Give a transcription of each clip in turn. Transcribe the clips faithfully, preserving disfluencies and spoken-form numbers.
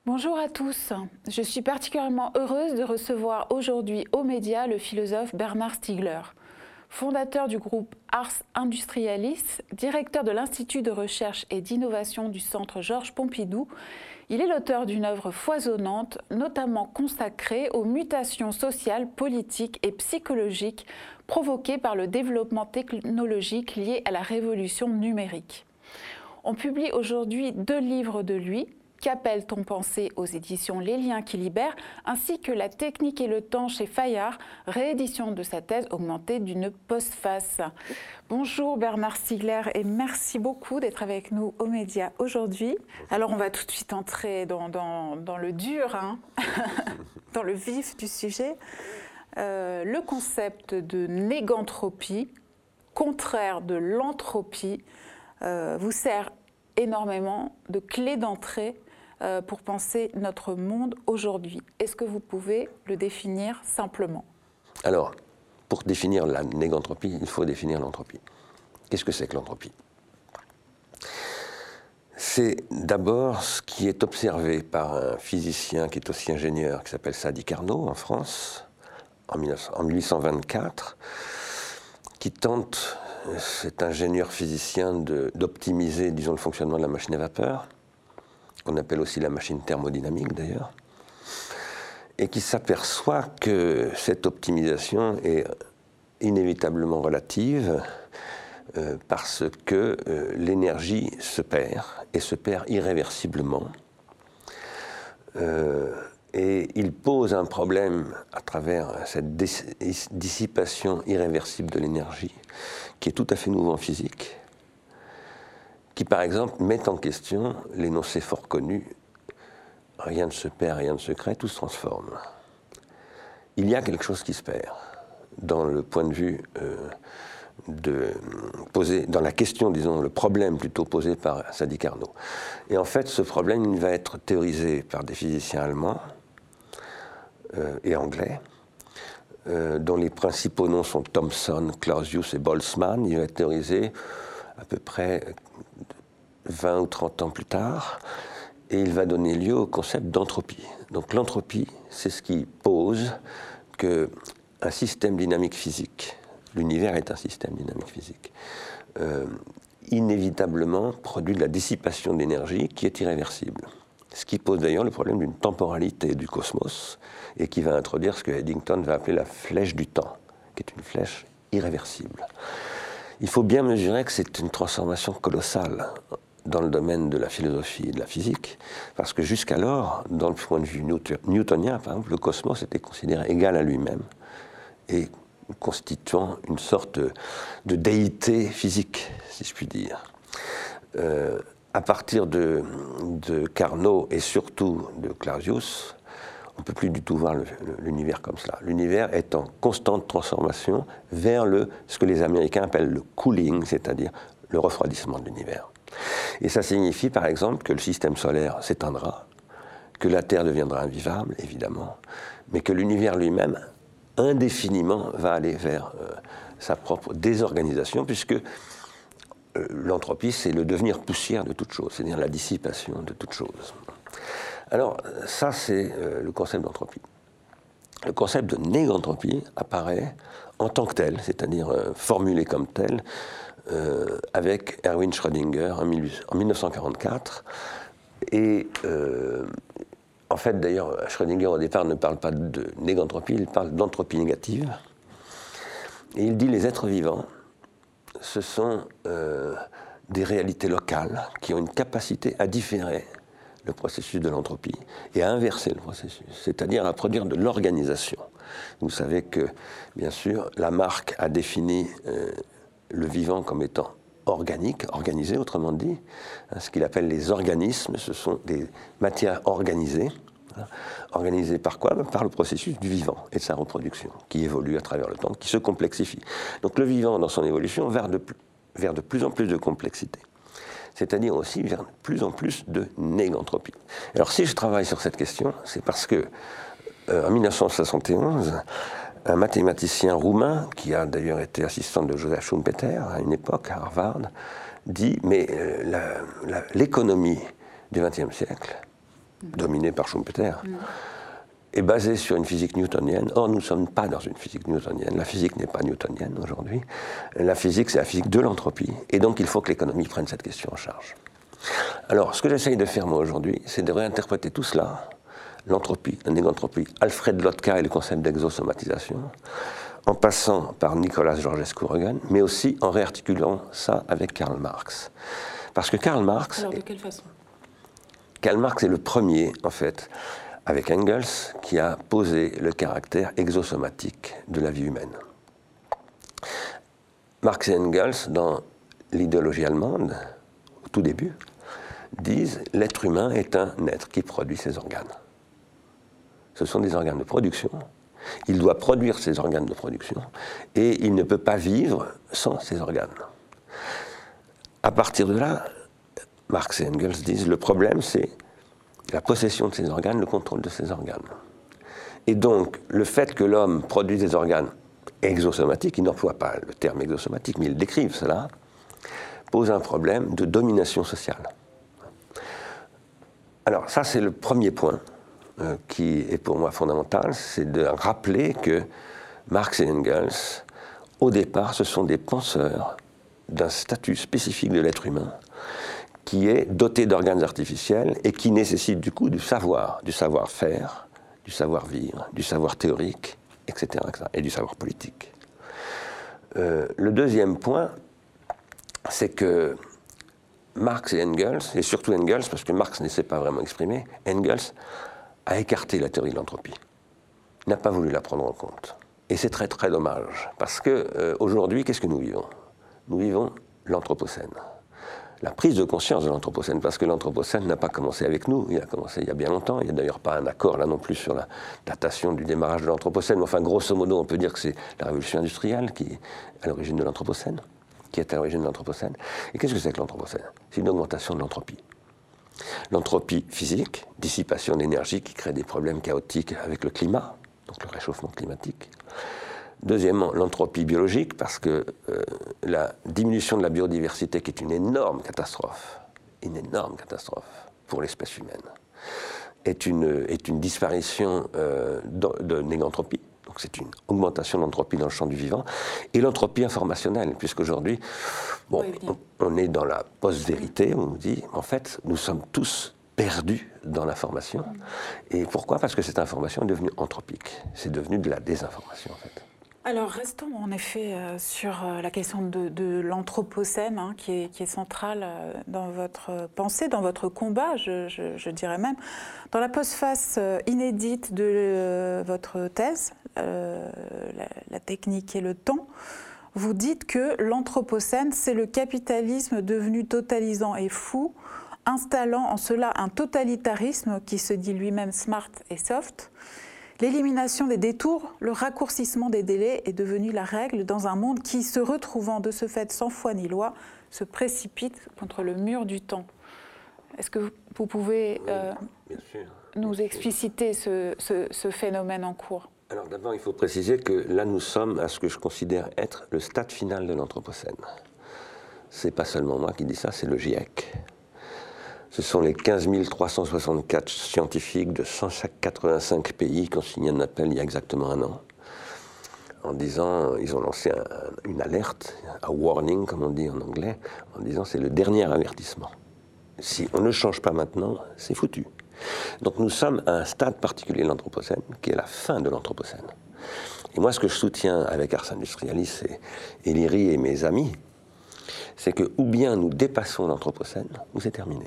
Bonjour à tous. Je suis particulièrement heureuse de recevoir aujourd'hui aux médias le philosophe Bernard Stiegler. Fondateur du groupe Ars Industrialis, directeur de l'Institut de recherche et d'innovation du Centre Georges Pompidou, il est l'auteur d'une œuvre foisonnante, notamment consacrée aux mutations sociales, politiques et psychologiques provoquées par le développement technologique lié à la révolution numérique. On publie aujourd'hui deux livres de lui, Qu'appelle-t-on penser aux éditions Les Liens qui libèrent, ainsi que La technique et le temps chez Fayard, réédition de sa thèse augmentée d'une postface. Bonjour Bernard Stiegler et merci beaucoup d'être avec nous aux médias aujourd'hui. Alors on va tout de suite entrer dans, dans, dans le dur, hein, dans le vif du sujet. Euh, le concept de négantropie, contraire de l'entropie, euh, vous sert énormément de clés d'entrée euh, pour penser notre monde aujourd'hui. Est-ce que vous pouvez le définir simplement? Alors, pour définir la négantropie, il faut définir l'entropie. Qu'est-ce que c'est que l'entropie? C'est d'abord ce qui est observé par un physicien qui est aussi ingénieur, qui s'appelle Sadi Carnot en France, en mille huit cent vingt-quatre, qui tente, cet ingénieur physicien, de, d'optimiser, disons, le fonctionnement de la machine à vapeur, qu'on appelle aussi la machine thermodynamique d'ailleurs, et qui s'aperçoit que cette optimisation est inévitablement relative euh, parce que euh, l'énergie se perd, et se perd irréversiblement. Euh, Et il pose un problème à travers cette dissipation irréversible de l'énergie, qui est tout à fait nouveau en physique, qui par exemple met en question l'énoncé fort connu « rien ne se perd, rien ne se crée, tout se transforme ». Il y a quelque chose qui se perd dans le point de vue euh, de posé, dans la question, disons, le problème plutôt posé par Sadi Carnot. Et en fait, ce problème il va être théorisé par des physiciens allemands Euh, et anglais, euh, dont les principaux noms sont Thomson, Clausius et Boltzmann. Il va être théorisé à peu près vingt ou trente ans plus tard, et il va donner lieu au concept d'entropie. Donc l'entropie, c'est ce qui pose qu'un système dynamique physique, l'univers est un système dynamique physique, euh, inévitablement produit de la dissipation d'énergie qui est irréversible. Ce qui pose d'ailleurs le problème d'une temporalité du cosmos et qui va introduire ce que Eddington va appeler la flèche du temps, qui est une flèche irréversible. Il faut bien mesurer que c'est une transformation colossale dans le domaine de la philosophie et de la physique, parce que jusqu'alors, dans le point de vue newtonien, par exemple, le cosmos était considéré égal à lui-même et constituant une sorte de déité physique, si je puis dire. Euh, À partir de, de Carnot et surtout de Clausius, on ne peut plus du tout voir le, le, l'univers comme cela. L'univers est en constante transformation vers le, ce que les Américains appellent le cooling, c'est-à-dire le refroidissement de l'univers. Et ça signifie par exemple que le système solaire s'éteindra, que la Terre deviendra invivable, évidemment, mais que l'univers lui-même, indéfiniment, va aller vers euh, sa propre désorganisation, puisque l'entropie, c'est le devenir poussière de toute chose, c'est-à-dire la dissipation de toute chose. Alors, ça, c'est euh, le concept d'entropie. Le concept de négantropie apparaît en tant que tel, c'est-à-dire euh, formulé comme tel, euh, avec Erwin Schrödinger en, en mille neuf cent quarante-quatre. Et euh, en fait, d'ailleurs, Schrödinger, au départ, ne parle pas de négantropie, il parle d'entropie négative. Et il dit les êtres vivants, ce sont euh, des réalités locales qui ont une capacité à différer le processus de l'entropie et à inverser le processus, c'est-à-dire à produire de l'organisation. Vous savez que, bien sûr, Lamarck a défini euh, le vivant comme étant organique, organisé, autrement dit. Hein, ce qu'il appelle les organismes, ce sont des matières organisées. Hein, organisées par quoi? Par le processus du vivant et de sa reproduction, qui évolue à travers le temps, qui se complexifie. Donc le vivant, dans son évolution, va vers de, vers de plus en plus de complexité. C'est-à-dire aussi vers de plus en plus de négantropie. Alors si je travaille sur cette question, c'est parce que, euh, en mille neuf cent soixante et onze, un mathématicien roumain, qui a d'ailleurs été assistant de Joseph Schumpeter à une époque, à Harvard, dit « mais euh, la, la, l'économie du vingtième siècle mmh. dominée par Schumpeter, mmh. est basée sur une physique newtonienne. Or, nous ne sommes pas dans une physique newtonienne. La physique n'est pas newtonienne aujourd'hui. La physique, c'est la physique de l'entropie. Et donc, il faut que l'économie prenne cette question en charge. Alors, ce que j'essaye de faire, moi, aujourd'hui, c'est de réinterpréter tout cela, l'entropie, la négantropie, Alfred Lotka et le concept d'exosomatisation, en passant par Nicolas Georgescu-Roegen, mais aussi en réarticulant ça avec Karl Marx. Parce que Karl Marx... Alors, de quelle façon ? Karl Marx est le premier, en fait, avec Engels, qui a posé le caractère exosomatique de la vie humaine. Marx et Engels, dans l'idéologie allemande, au tout début, disent « l'être humain est un être qui produit ses organes ». Ce sont des organes de production. Il doit produire ses organes de production et il ne peut pas vivre sans ces organes. À partir de là, Marx et Engels disent le problème c'est la possession de ces organes, le contrôle de ces organes. Et donc, le fait que l'homme produise des organes exosomatiques, ils n'emploient pas le terme exosomatique, mais ils décrivent cela, pose un problème de domination sociale. Alors ça, c'est le premier point euh, qui est pour moi fondamental, c'est de rappeler que Marx et Engels, au départ, ce sont des penseurs d'un statut spécifique de l'être humain qui est doté d'organes artificiels et qui nécessite du coup du savoir, du savoir-faire, du savoir-vivre, du savoir théorique, et cetera, et cetera, et du savoir politique. Euh, le deuxième point, c'est que Marx et Engels, et surtout Engels, parce que Marx ne s'est pas vraiment exprimé, Engels a écarté la théorie de l'entropie, n'a pas voulu la prendre en compte. Et c'est très très dommage, parce qu'aujourd'hui, euh, qu'est-ce que nous vivons ? Nous vivons l'Anthropocène. La prise de conscience de l'Anthropocène, parce que l'Anthropocène n'a pas commencé avec nous, il a commencé il y a bien longtemps, il n'y a d'ailleurs pas un accord là non plus sur la datation du démarrage de l'Anthropocène, mais enfin grosso modo on peut dire que c'est la révolution industrielle qui est à l'origine de l'Anthropocène, qui est à l'origine de l'Anthropocène. Et qu'est-ce que c'est que l'Anthropocène ? C'est une augmentation de l'entropie. L'entropie physique, dissipation d'énergie qui crée des problèmes chaotiques avec le climat, donc le réchauffement climatique. Deuxièmement, l'entropie biologique, parce que euh, la diminution de la biodiversité, qui est une énorme catastrophe, une énorme catastrophe pour l'espèce humaine, est une, est une disparition euh, de, de négantropie. Donc c'est une augmentation de l'entropie dans le champ du vivant. Et l'entropie informationnelle, puisqu'aujourd'hui, bon, on, on est dans la post-vérité, on nous dit, en fait, nous sommes tous perdus dans l'information. Et pourquoi ? Parce que cette information est devenue anthropique. C'est devenu de la désinformation, en fait. Alors, restons en effet euh, sur euh, la question de, de l'Anthropocène, hein, qui, est, qui est centrale euh, dans votre pensée, dans votre combat, je, je, je dirais même. Dans la postface euh, inédite de euh, votre thèse, euh, la, la technique et le temps, vous dites que l'Anthropocène, c'est le capitalisme devenu totalisant et fou, installant en cela un totalitarisme qui se dit lui-même smart et soft. L'élimination des détours, le raccourcissement des délais est devenu la règle dans un monde qui, se retrouvant de ce fait sans foi ni loi, se précipite contre le mur du temps. Est-ce que vous pouvez euh, oui, bien sûr, nous bien expliciter ce, ce, ce phénomène en cours ? Alors d'abord, il faut préciser que là, nous sommes à ce que je considère être le stade final de l'Anthropocène. Ce n'est pas seulement moi qui dis ça, c'est le GIEC. Ce sont les quinze mille trois cent soixante-quatre scientifiques de cent quatre-vingt-cinq pays qui ont signé un appel il y a exactement un an, en disant, ils ont lancé un, une alerte, un warning comme on dit en anglais, en disant c'est le dernier avertissement. Si on ne change pas maintenant, c'est foutu. Donc nous sommes à un stade particulier de l'Anthropocène, qui est la fin de l'Anthropocène. Et moi ce que je soutiens avec Ars Industrialis et, et l'I R I et mes amis, c'est que ou bien nous dépassons l'Anthropocène, ou c'est terminé.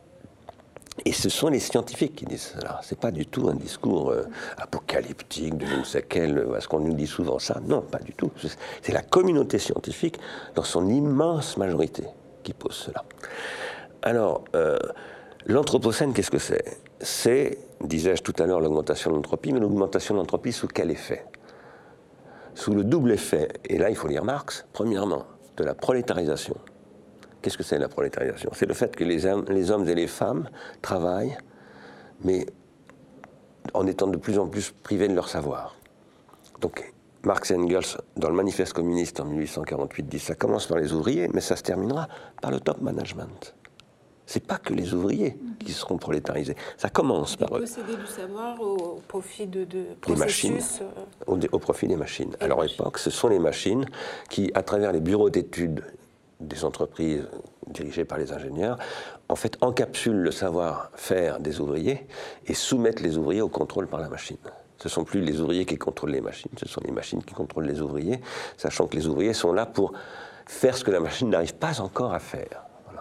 Et ce sont les scientifiques qui disent cela. Ce n'est pas du tout un discours euh, apocalyptique de je ne sais quel, est-ce qu'on nous dit souvent ça ? Non, pas du tout. C'est la communauté scientifique, dans son immense majorité, qui pose cela. Alors, euh, l'Anthropocène, qu'est-ce que c'est ? C'est, disais-je tout à l'heure, l'augmentation de l'entropie, mais l'augmentation de l'entropie sous quel effet ? Sous le double effet, et là il faut lire Marx, premièrement, de la prolétarisation. Qu'est-ce que c'est la prolétarisation ? C'est le fait que les hommes, les hommes et les femmes travaillent, mais en étant de plus en plus privés de leur savoir. Donc, Marx et Engels, dans le manifeste communiste en mille huit cent quarante-huit, disent ça commence par les ouvriers, mais ça se terminera par le top management. C'est pas que les ouvriers qui seront prolétarisés. Ça commence et par eux. Posséder du savoir au, au profit de, de Les machines, euh... au, au profit des machines. À leur époque, ce sont les machines qui, à travers les bureaux d'études des entreprises dirigées par les ingénieurs, en fait, encapsulent le savoir-faire des ouvriers et soumettent les ouvriers au contrôle par la machine. Ce ne sont plus les ouvriers qui contrôlent les machines, ce sont les machines qui contrôlent les ouvriers, sachant que les ouvriers sont là pour faire ce que la machine n'arrive pas encore à faire. Voilà.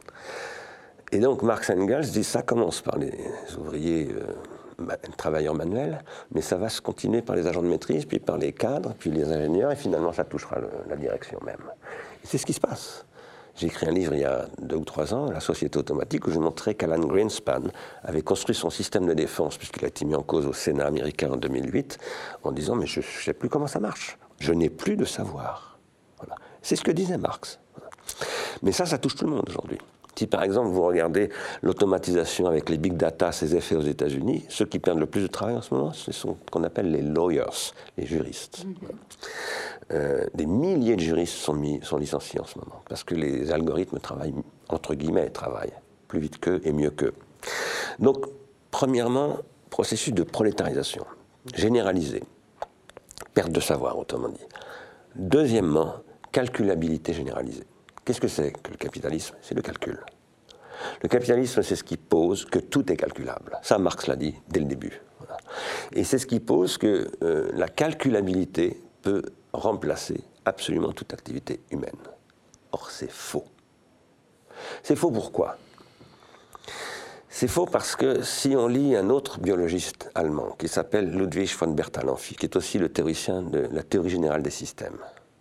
Et donc Marx et Engels disent ça commence par les ouvriers euh, travailleurs manuels, mais ça va se continuer par les agents de maîtrise, puis par les cadres, puis les ingénieurs, et finalement ça touchera le, la direction même. Et c'est ce qui se passe. J'ai écrit un livre il y a deux ou trois ans, La société automatique, où je montrais qu'Alan Greenspan avait construit son système de défense, puisqu'il a été mis en cause au Sénat américain en deux mille huit, en disant « mais je ne sais plus comment ça marche, je n'ai plus de savoir ». Voilà. C'est ce que disait Marx. Voilà. Mais ça, ça touche tout le monde aujourd'hui. Si par exemple vous regardez l'automatisation avec les big data, ses effets aux États-Unis, ceux qui perdent le plus de travail en ce moment, ce sont ce qu'on appelle les lawyers, les juristes. Mm-hmm. euh, des milliers de juristes sont, mis, sont licenciés en ce moment, parce que les algorithmes travaillent, entre guillemets, travaillent plus vite qu'eux et mieux qu'eux. Donc, premièrement, processus de prolétarisation, généralisé, perte de savoir, autrement dit. Deuxièmement, calculabilité généralisée. Qu'est-ce que c'est que le capitalisme? C'est le calcul. Le capitalisme, c'est ce qui pose que tout est calculable. Ça, Marx l'a dit dès le début. Voilà. Et c'est ce qui pose que euh, la calculabilité peut remplacer absolument toute activité humaine. Or, c'est faux. C'est faux pourquoi? C'est faux parce que si on lit un autre biologiste allemand qui s'appelle Ludwig von Bertalanffy, qui est aussi le théoricien de la théorie générale des systèmes,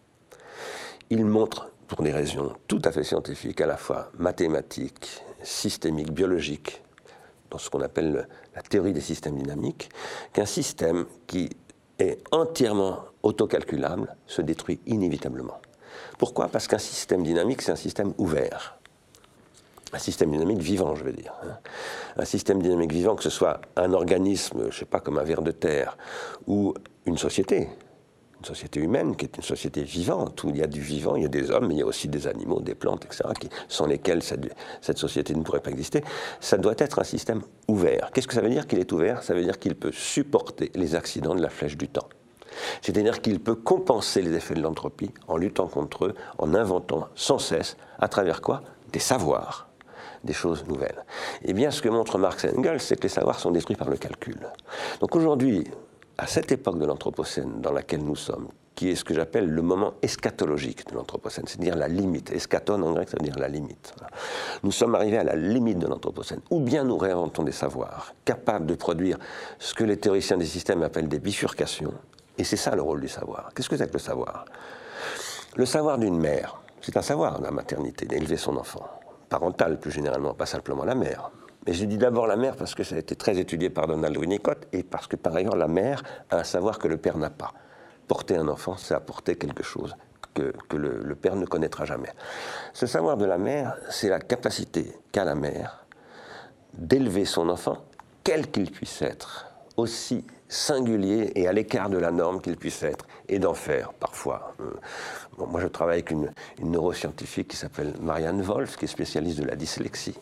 il montre, pour des raisons tout à fait scientifiques, à la fois mathématiques, systémiques, biologiques, dans ce qu'on appelle la théorie des systèmes dynamiques, qu'un système qui est entièrement autocalculable se détruit inévitablement. Pourquoi? Parce qu'un système dynamique, c'est un système ouvert. Un système dynamique vivant, je veux dire. Un système dynamique vivant, que ce soit un organisme, je ne sais pas, comme un ver de terre, ou une société, une société humaine qui est une société vivante, où il y a du vivant, il y a des hommes, mais il y a aussi des animaux, des plantes, et cetera, qui, sans lesquels cette, cette société ne pourrait pas exister. Ça doit être un système ouvert. Qu'est-ce que ça veut dire qu'il est ouvert? Ça veut dire qu'il peut supporter les accidents de la flèche du temps. C'est-à-dire qu'il peut compenser les effets de l'entropie en luttant contre eux, en inventant sans cesse, à travers quoi? Des savoirs, des choses nouvelles. Eh bien, ce que montrent Marx et Engels, c'est que les savoirs sont détruits par le calcul. Donc aujourd'hui, à cette époque de l'Anthropocène dans laquelle nous sommes, qui est ce que j'appelle le moment eschatologique de l'Anthropocène, c'est-à-dire la limite. Eschaton en grec, ça veut dire la limite. Voilà. Nous sommes arrivés à la limite de l'Anthropocène. Ou bien nous réinventons des savoirs capables de produire ce que les théoriciens des systèmes appellent des bifurcations, et c'est ça le rôle du savoir. Qu'est-ce que c'est que le savoir? Le savoir d'une mère, c'est un savoir de la maternité, d'élever son enfant. Parental, plus généralement, pas simplement la mère. Mais je dis d'abord la mère parce que ça a été très étudié par Donald Winnicott et parce que par ailleurs la mère a un savoir que le père n'a pas. Porter un enfant, c'est apporter quelque chose que, que le, le père ne connaîtra jamais. Ce savoir de la mère, c'est la capacité qu'a la mère d'élever son enfant, quel qu'il puisse être, aussi singulier et à l'écart de la norme qu'il puisse être, et d'en faire parfois. Euh, bon, moi je travaille avec une, une neuroscientifique qui s'appelle Marianne Wolf, qui est spécialiste de la dyslexie.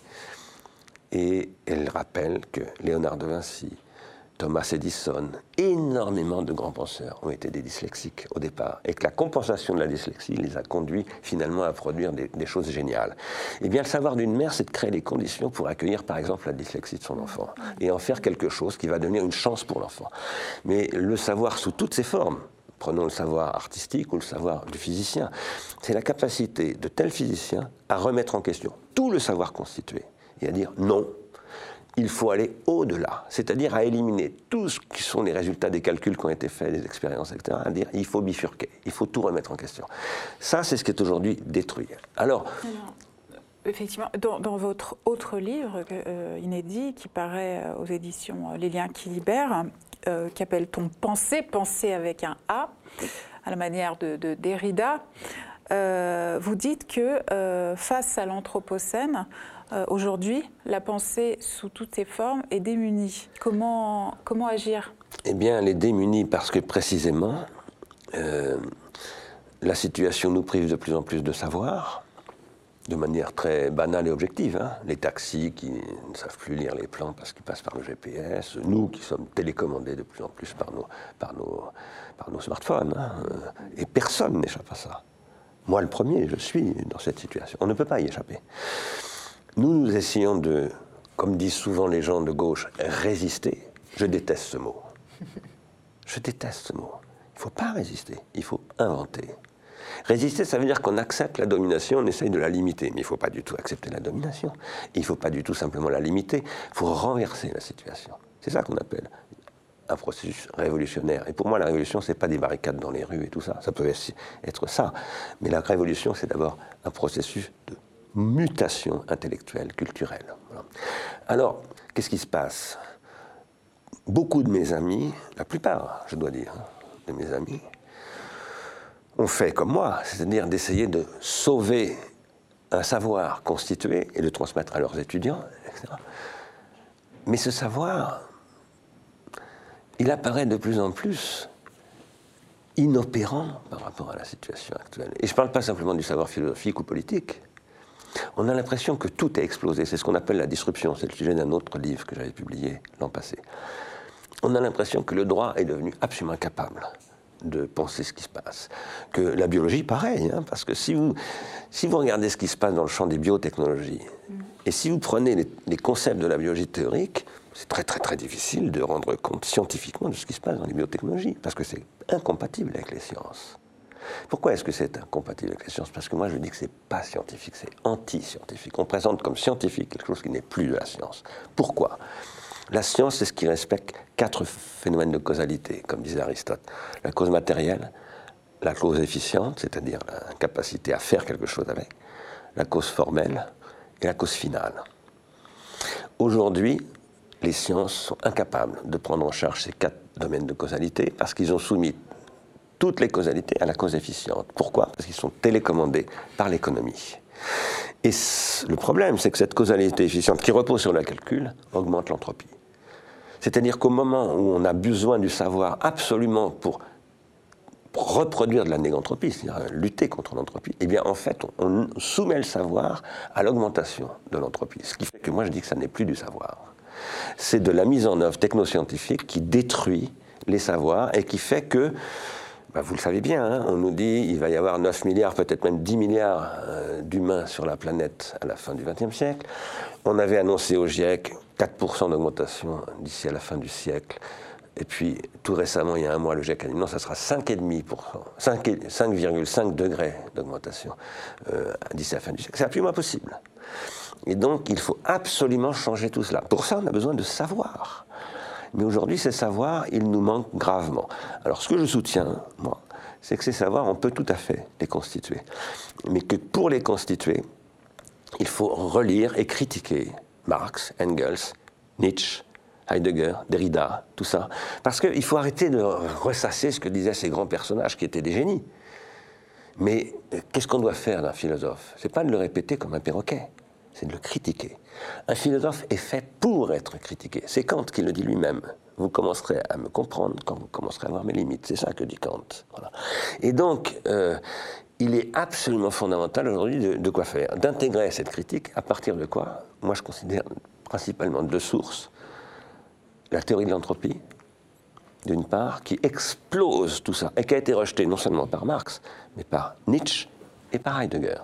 Et elle rappelle que Léonard de Vinci, Thomas Edison, énormément de grands penseurs ont été des dyslexiques au départ, et que la compensation de la dyslexie les a conduits finalement à produire des, des choses géniales. Eh bien, le savoir d'une mère, c'est de créer les conditions pour accueillir, par exemple, la dyslexie de son enfant, et en faire quelque chose qui va donner une chance pour l'enfant. Mais le savoir sous toutes ses formes, prenons le savoir artistique ou le savoir du physicien, c'est la capacité de tel physicien à remettre en question tout le savoir constitué, et à dire non, il faut aller au-delà, c'est-à-dire à éliminer tout ce qui sont les résultats des calculs qui ont été faits, des expériences, et cetera, à dire il faut bifurquer, il faut tout remettre en question. Ça, c'est ce qui est aujourd'hui détruit. Alors, Alors effectivement, dans, dans votre autre livre, euh, inédit, qui paraît aux éditions Les Liens qui libèrent, euh, qu'appelle-t-on Penser, penser avec un A, à la manière de, de Derrida, euh, vous dites que euh, face à l'Anthropocène, Euh, aujourd'hui, la pensée sous toutes ses formes est démunie. Comment, comment agir? Eh bien, elle est démunie parce que précisément, euh, la situation nous prive de plus en plus de savoir. de manière très banale et objective. Hein. Les taxis qui ne savent plus lire les plans parce qu'ils passent par le G P S, nous qui sommes télécommandés de plus en plus par nos, par nos, par nos smartphones. Hein. Et personne n'échappe à ça. Moi, le premier, je suis dans cette situation. On ne peut pas y échapper. Nous, nous essayons de, comme disent souvent les gens de gauche, résister. Je déteste ce mot. Je déteste ce mot. Il ne faut pas résister, il faut inventer. Résister, ça veut dire qu'on accepte la domination, on essaye de la limiter. Mais il ne faut pas du tout accepter la domination. Il ne faut pas du tout simplement la limiter. Il faut renverser la situation. C'est ça qu'on appelle un processus révolutionnaire. Et pour moi, la révolution, ce n'est pas des barricades dans les rues et tout ça. Ça peut être ça. Mais la révolution, c'est d'abord un processus de mutation intellectuelle, culturelle. Voilà. Alors, qu'est-ce qui se passe ? Beaucoup de mes amis, la plupart, je dois dire, de mes amis, ont fait comme moi, c'est-à-dire d'essayer de sauver un savoir constitué et de transmettre à leurs étudiants, et cetera. Mais ce savoir, il apparaît de plus en plus inopérant par rapport à la situation actuelle. Et je ne parle pas simplement du savoir philosophique ou politique. On a l'impression que tout est explosé. C'est ce qu'on appelle la disruption. C'est le sujet d'un autre livre que j'avais publié l'an passé. On a l'impression que le droit est devenu absolument incapable de penser ce qui se passe. Que la biologie, pareil, hein, parce que si vous, si vous regardez ce qui se passe dans le champ des biotechnologies, mmh. et si vous prenez les, les concepts de la biologie théorique, c'est très très très difficile de rendre compte scientifiquement de ce qui se passe dans les biotechnologies, parce que c'est incompatible avec les sciences. Pourquoi est-ce que c'est incompatible avec les sciences ? Parce que moi je dis que c'est pas scientifique, c'est anti-scientifique. On présente comme scientifique quelque chose qui n'est plus de la science. Pourquoi ? La science, c'est ce qui respecte quatre phénomènes de causalité, comme disait Aristote. La cause matérielle, la cause efficiente, c'est-à-dire la capacité à faire quelque chose avec, la cause formelle et la cause finale. Aujourd'hui, les sciences sont incapables de prendre en charge ces quatre domaines de causalité parce qu'ils ont soumis toutes les causalités à la cause efficiente. Pourquoi ? Parce qu'ils sont télécommandés par l'économie. Et le problème, c'est que cette causalité efficiente qui repose sur le calcul augmente l'entropie. C'est-à-dire qu'au moment où on a besoin du savoir absolument pour reproduire de la négantropie, c'est-à-dire lutter contre l'entropie, eh bien en fait, on soumet le savoir à l'augmentation de l'entropie. Ce qui fait que moi je dis que ça n'est plus du savoir. C'est de la mise en œuvre technoscientifique qui détruit les savoirs et qui fait que, ben vous le savez bien, hein, on nous dit qu'il va y avoir neuf milliards, peut-être même dix milliards euh, d'humains sur la planète à la fin du vingtième siècle. On avait annoncé au GIEC quatre pour cent d'augmentation d'ici à la fin du siècle. Et puis, tout récemment, il y a un mois, le GIEC a dit non, ça sera cinq virgule cinq pour cent, cinq virgule cinq degrés d'augmentation euh, d'ici à la fin du siècle. C'est absolument impossible. Et donc, il faut absolument changer tout cela. Pour ça, on a besoin de savoir. Mais aujourd'hui, ces savoirs, ils nous manquent gravement. Alors, ce que je soutiens, moi, c'est que ces savoirs, on peut tout à fait les constituer. Mais que pour les constituer, il faut relire et critiquer Marx, Engels, Nietzsche, Heidegger, Derrida, tout ça. Parce qu'il faut arrêter de ressasser ce que disaient ces grands personnages qui étaient des génies. Mais qu'est-ce qu'on doit faire d'un philosophe ? C'est pas de le répéter comme un perroquet, c'est de le critiquer. Un philosophe est fait pour être critiqué. C'est Kant qui le dit lui-même. Vous commencerez à me comprendre quand vous commencerez à voir mes limites. C'est ça que dit Kant. Voilà. Et donc, euh, il est absolument fondamental aujourd'hui de, de quoi faire, d'intégrer cette critique à partir de quoi ? Moi, je considère principalement deux sources. La théorie de l'entropie, d'une part, qui explose tout ça, et qui a été rejetée non seulement par Marx, mais par Nietzsche et par Heidegger.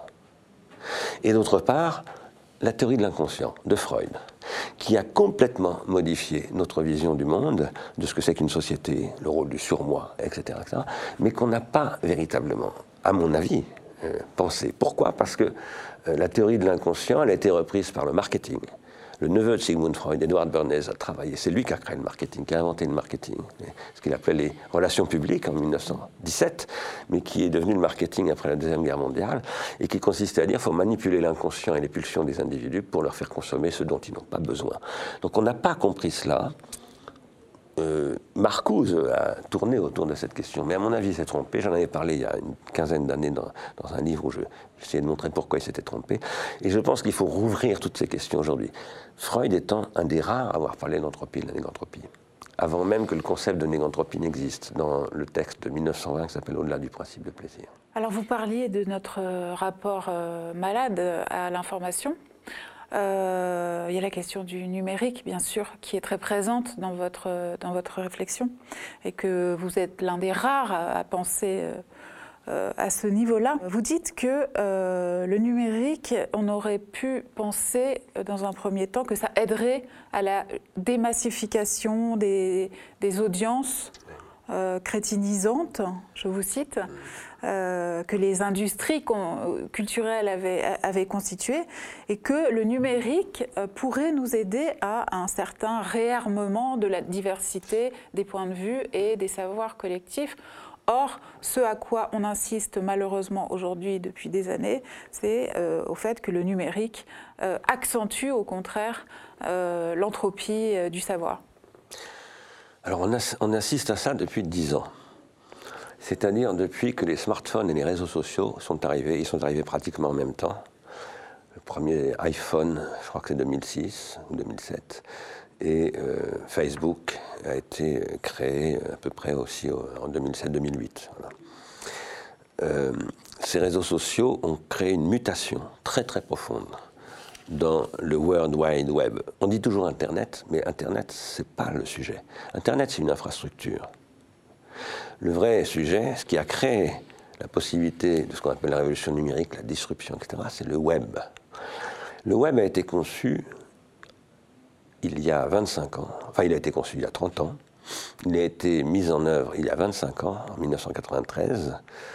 Et d'autre part, la théorie de l'inconscient, de Freud, qui a complètement modifié notre vision du monde, de ce que c'est qu'une société, le rôle du surmoi, et cetera, et cetera, mais qu'on n'a pas véritablement, à mon avis, euh, pensé. Pourquoi ? Parce que euh, la théorie de l'inconscient, elle a été reprise par le marketing. Le neveu de Sigmund Freud, Edward Bernays, a travaillé. C'est lui qui a créé le marketing, qui a inventé le marketing. Ce qu'il appelait les relations publiques en mille neuf cent dix-sept, mais qui est devenu le marketing après la Deuxième Guerre mondiale, et qui consistait à dire qu'il faut manipuler l'inconscient et les pulsions des individus pour leur faire consommer ce dont ils n'ont pas besoin. Donc on n'a pas compris cela. Euh, Marcuse a tourné autour de cette question, mais à mon avis il s'est trompé. J'en avais parlé il y a une quinzaine d'années dans, dans un livre où je, j'essayais de montrer pourquoi il s'était trompé. Et je pense qu'il faut rouvrir toutes ces questions aujourd'hui. Freud étant un des rares à avoir parlé d'entropie et de la négantropie. avant même que le concept de négantropie n'existe, dans le texte de mille neuf cent vingt qui s'appelle « Au-delà du principe de plaisir ». Alors vous parliez de notre rapport euh, malade à l'information. Euh, il y a la question du numérique, bien sûr, qui est très présente dans votre, dans votre réflexion, et que vous êtes l'un des rares à, à penser euh, euh, à ce niveau-là. Vous dites que euh, le numérique, on aurait pu penser euh, dans un premier temps que ça aiderait à la démassification des, des audiences euh, crétinisantes, je vous cite, euh, que les industries culturelles avaient, avaient constituées, et que le numérique euh, pourrait nous aider à un certain réarmement de la diversité des points de vue et des savoirs collectifs. Or, ce à quoi on insiste malheureusement aujourd'hui depuis des années, c'est euh, au fait que le numérique euh, accentue au contraire euh, l'entropie euh, du savoir. Alors on, as, on assiste à ça depuis dix ans. C'est-à-dire depuis que les smartphones et les réseaux sociaux sont arrivés, ils sont arrivés pratiquement en même temps. Le premier iPhone, je crois que c'est deux mille six ou deux mille sept, et euh, Facebook a été créé à peu près aussi en deux mille sept deux mille huit. Voilà. Euh, ces réseaux sociaux ont créé une mutation très très profonde dans le World Wide Web. On dit toujours Internet, mais Internet, c'est pas le sujet. Internet, c'est une infrastructure. Le vrai sujet, ce qui a créé la possibilité de ce qu'on appelle la révolution numérique, la disruption, et cetera, c'est le web. Le web a été conçu il y a vingt-cinq ans, enfin il a été conçu il y a trente ans, il a été mis en œuvre il y a vingt-cinq ans, en mille neuf cent quatre-vingt-treize,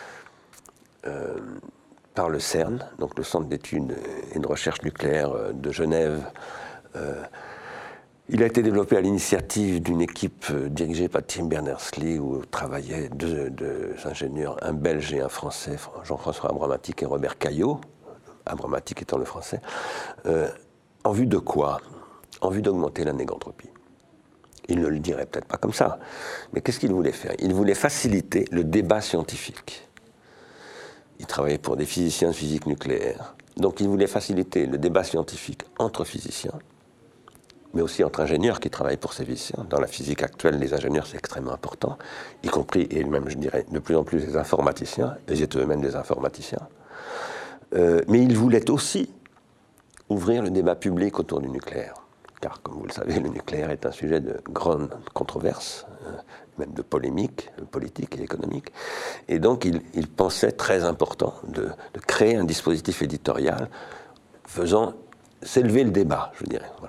euh, par le CERN, donc le Centre d'études et de recherche nucléaire de Genève. Euh, il a été développé à l'initiative d'une équipe dirigée par Tim Berners-Lee, où travaillaient deux, deux ingénieurs, un Belge et un Français, Jean-François Abramatic et Robert Caillot, Abramatic étant le Français, euh, en vue de quoi? En vue d'augmenter la négantropie. Il ne le dirait peut-être pas comme ça, mais qu'est-ce qu'il voulait faire? Il voulait faciliter le débat scientifique. Il travaillait pour des physiciens de physique nucléaire, donc il voulait faciliter le débat scientifique entre physiciens, mais aussi entre ingénieurs qui travaillent pour ces physiciens. Dans la physique actuelle, les ingénieurs, c'est extrêmement important, y compris, et même, je dirais, de plus en plus les informaticiens, ils étaient eux-mêmes des informaticiens. Euh, mais il voulait aussi ouvrir le débat public autour du nucléaire. Car, comme vous le savez, le nucléaire est un sujet de grande controverse, euh, même de polémique euh, politique et économique. Et donc, il, il pensait très important de, de créer un dispositif éditorial faisant s'élever le débat, je dirais. Voilà.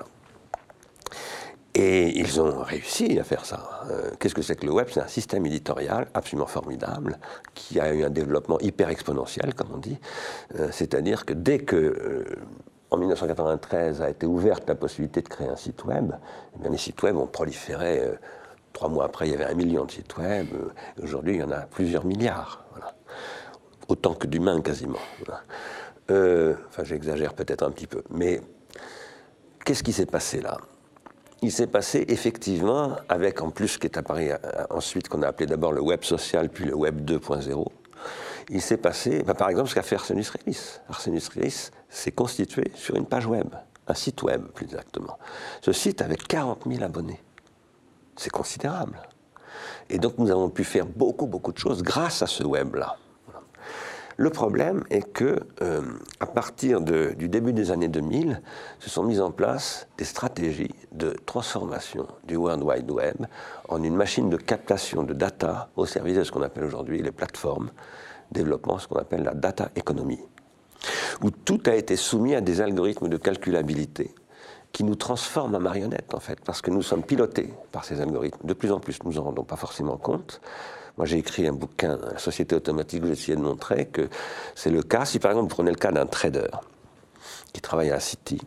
Et ils ont réussi à faire ça. Euh, qu'est-ce que c'est que le web? C'est un système éditorial absolument formidable, qui a eu un développement hyper exponentiel, comme on dit. Euh, c'est-à-dire que dès que... Euh, en mille neuf cent quatre-vingt-treize a été ouverte la possibilité de créer un site web, eh bien, les sites web ont proliféré. Euh, trois mois après, il y avait un million de sites web. Euh, aujourd'hui, il y en a plusieurs milliards. Voilà. Autant que d'humains, quasiment. Voilà. Euh, enfin, j'exagère peut-être un petit peu. Mais qu'est-ce qui s'est passé là? Il s'est passé effectivement, avec en plus ce qui est apparu euh, ensuite, qu'on a appelé d'abord le web social, puis le web deux point zéro. Il s'est passé, bah, par exemple, ce qu'a fait Arsenus Relis. Arsenus Relis s'est constitué sur une page web, un site web plus exactement. Ce site avait quarante mille abonnés. C'est considérable. Et donc nous avons pu faire beaucoup, beaucoup de choses grâce à ce web-là. Le problème est que, euh, à partir de, du début des années deux mille, se sont mises en place des stratégies de transformation du World Wide Web en une machine de captation de data au service de ce qu'on appelle aujourd'hui les plateformes, développement ce qu'on appelle la data economy, où tout a été soumis à des algorithmes de calculabilité qui nous transforment en marionnettes, en fait, parce que nous sommes pilotés par ces algorithmes. De plus en plus, nous n'en rendons pas forcément compte. Moi, j'ai écrit un bouquin, La société automatique, où j'essayais de montrer que c'est le cas. Si, par exemple, vous prenez le cas d'un trader qui travaille à Citi,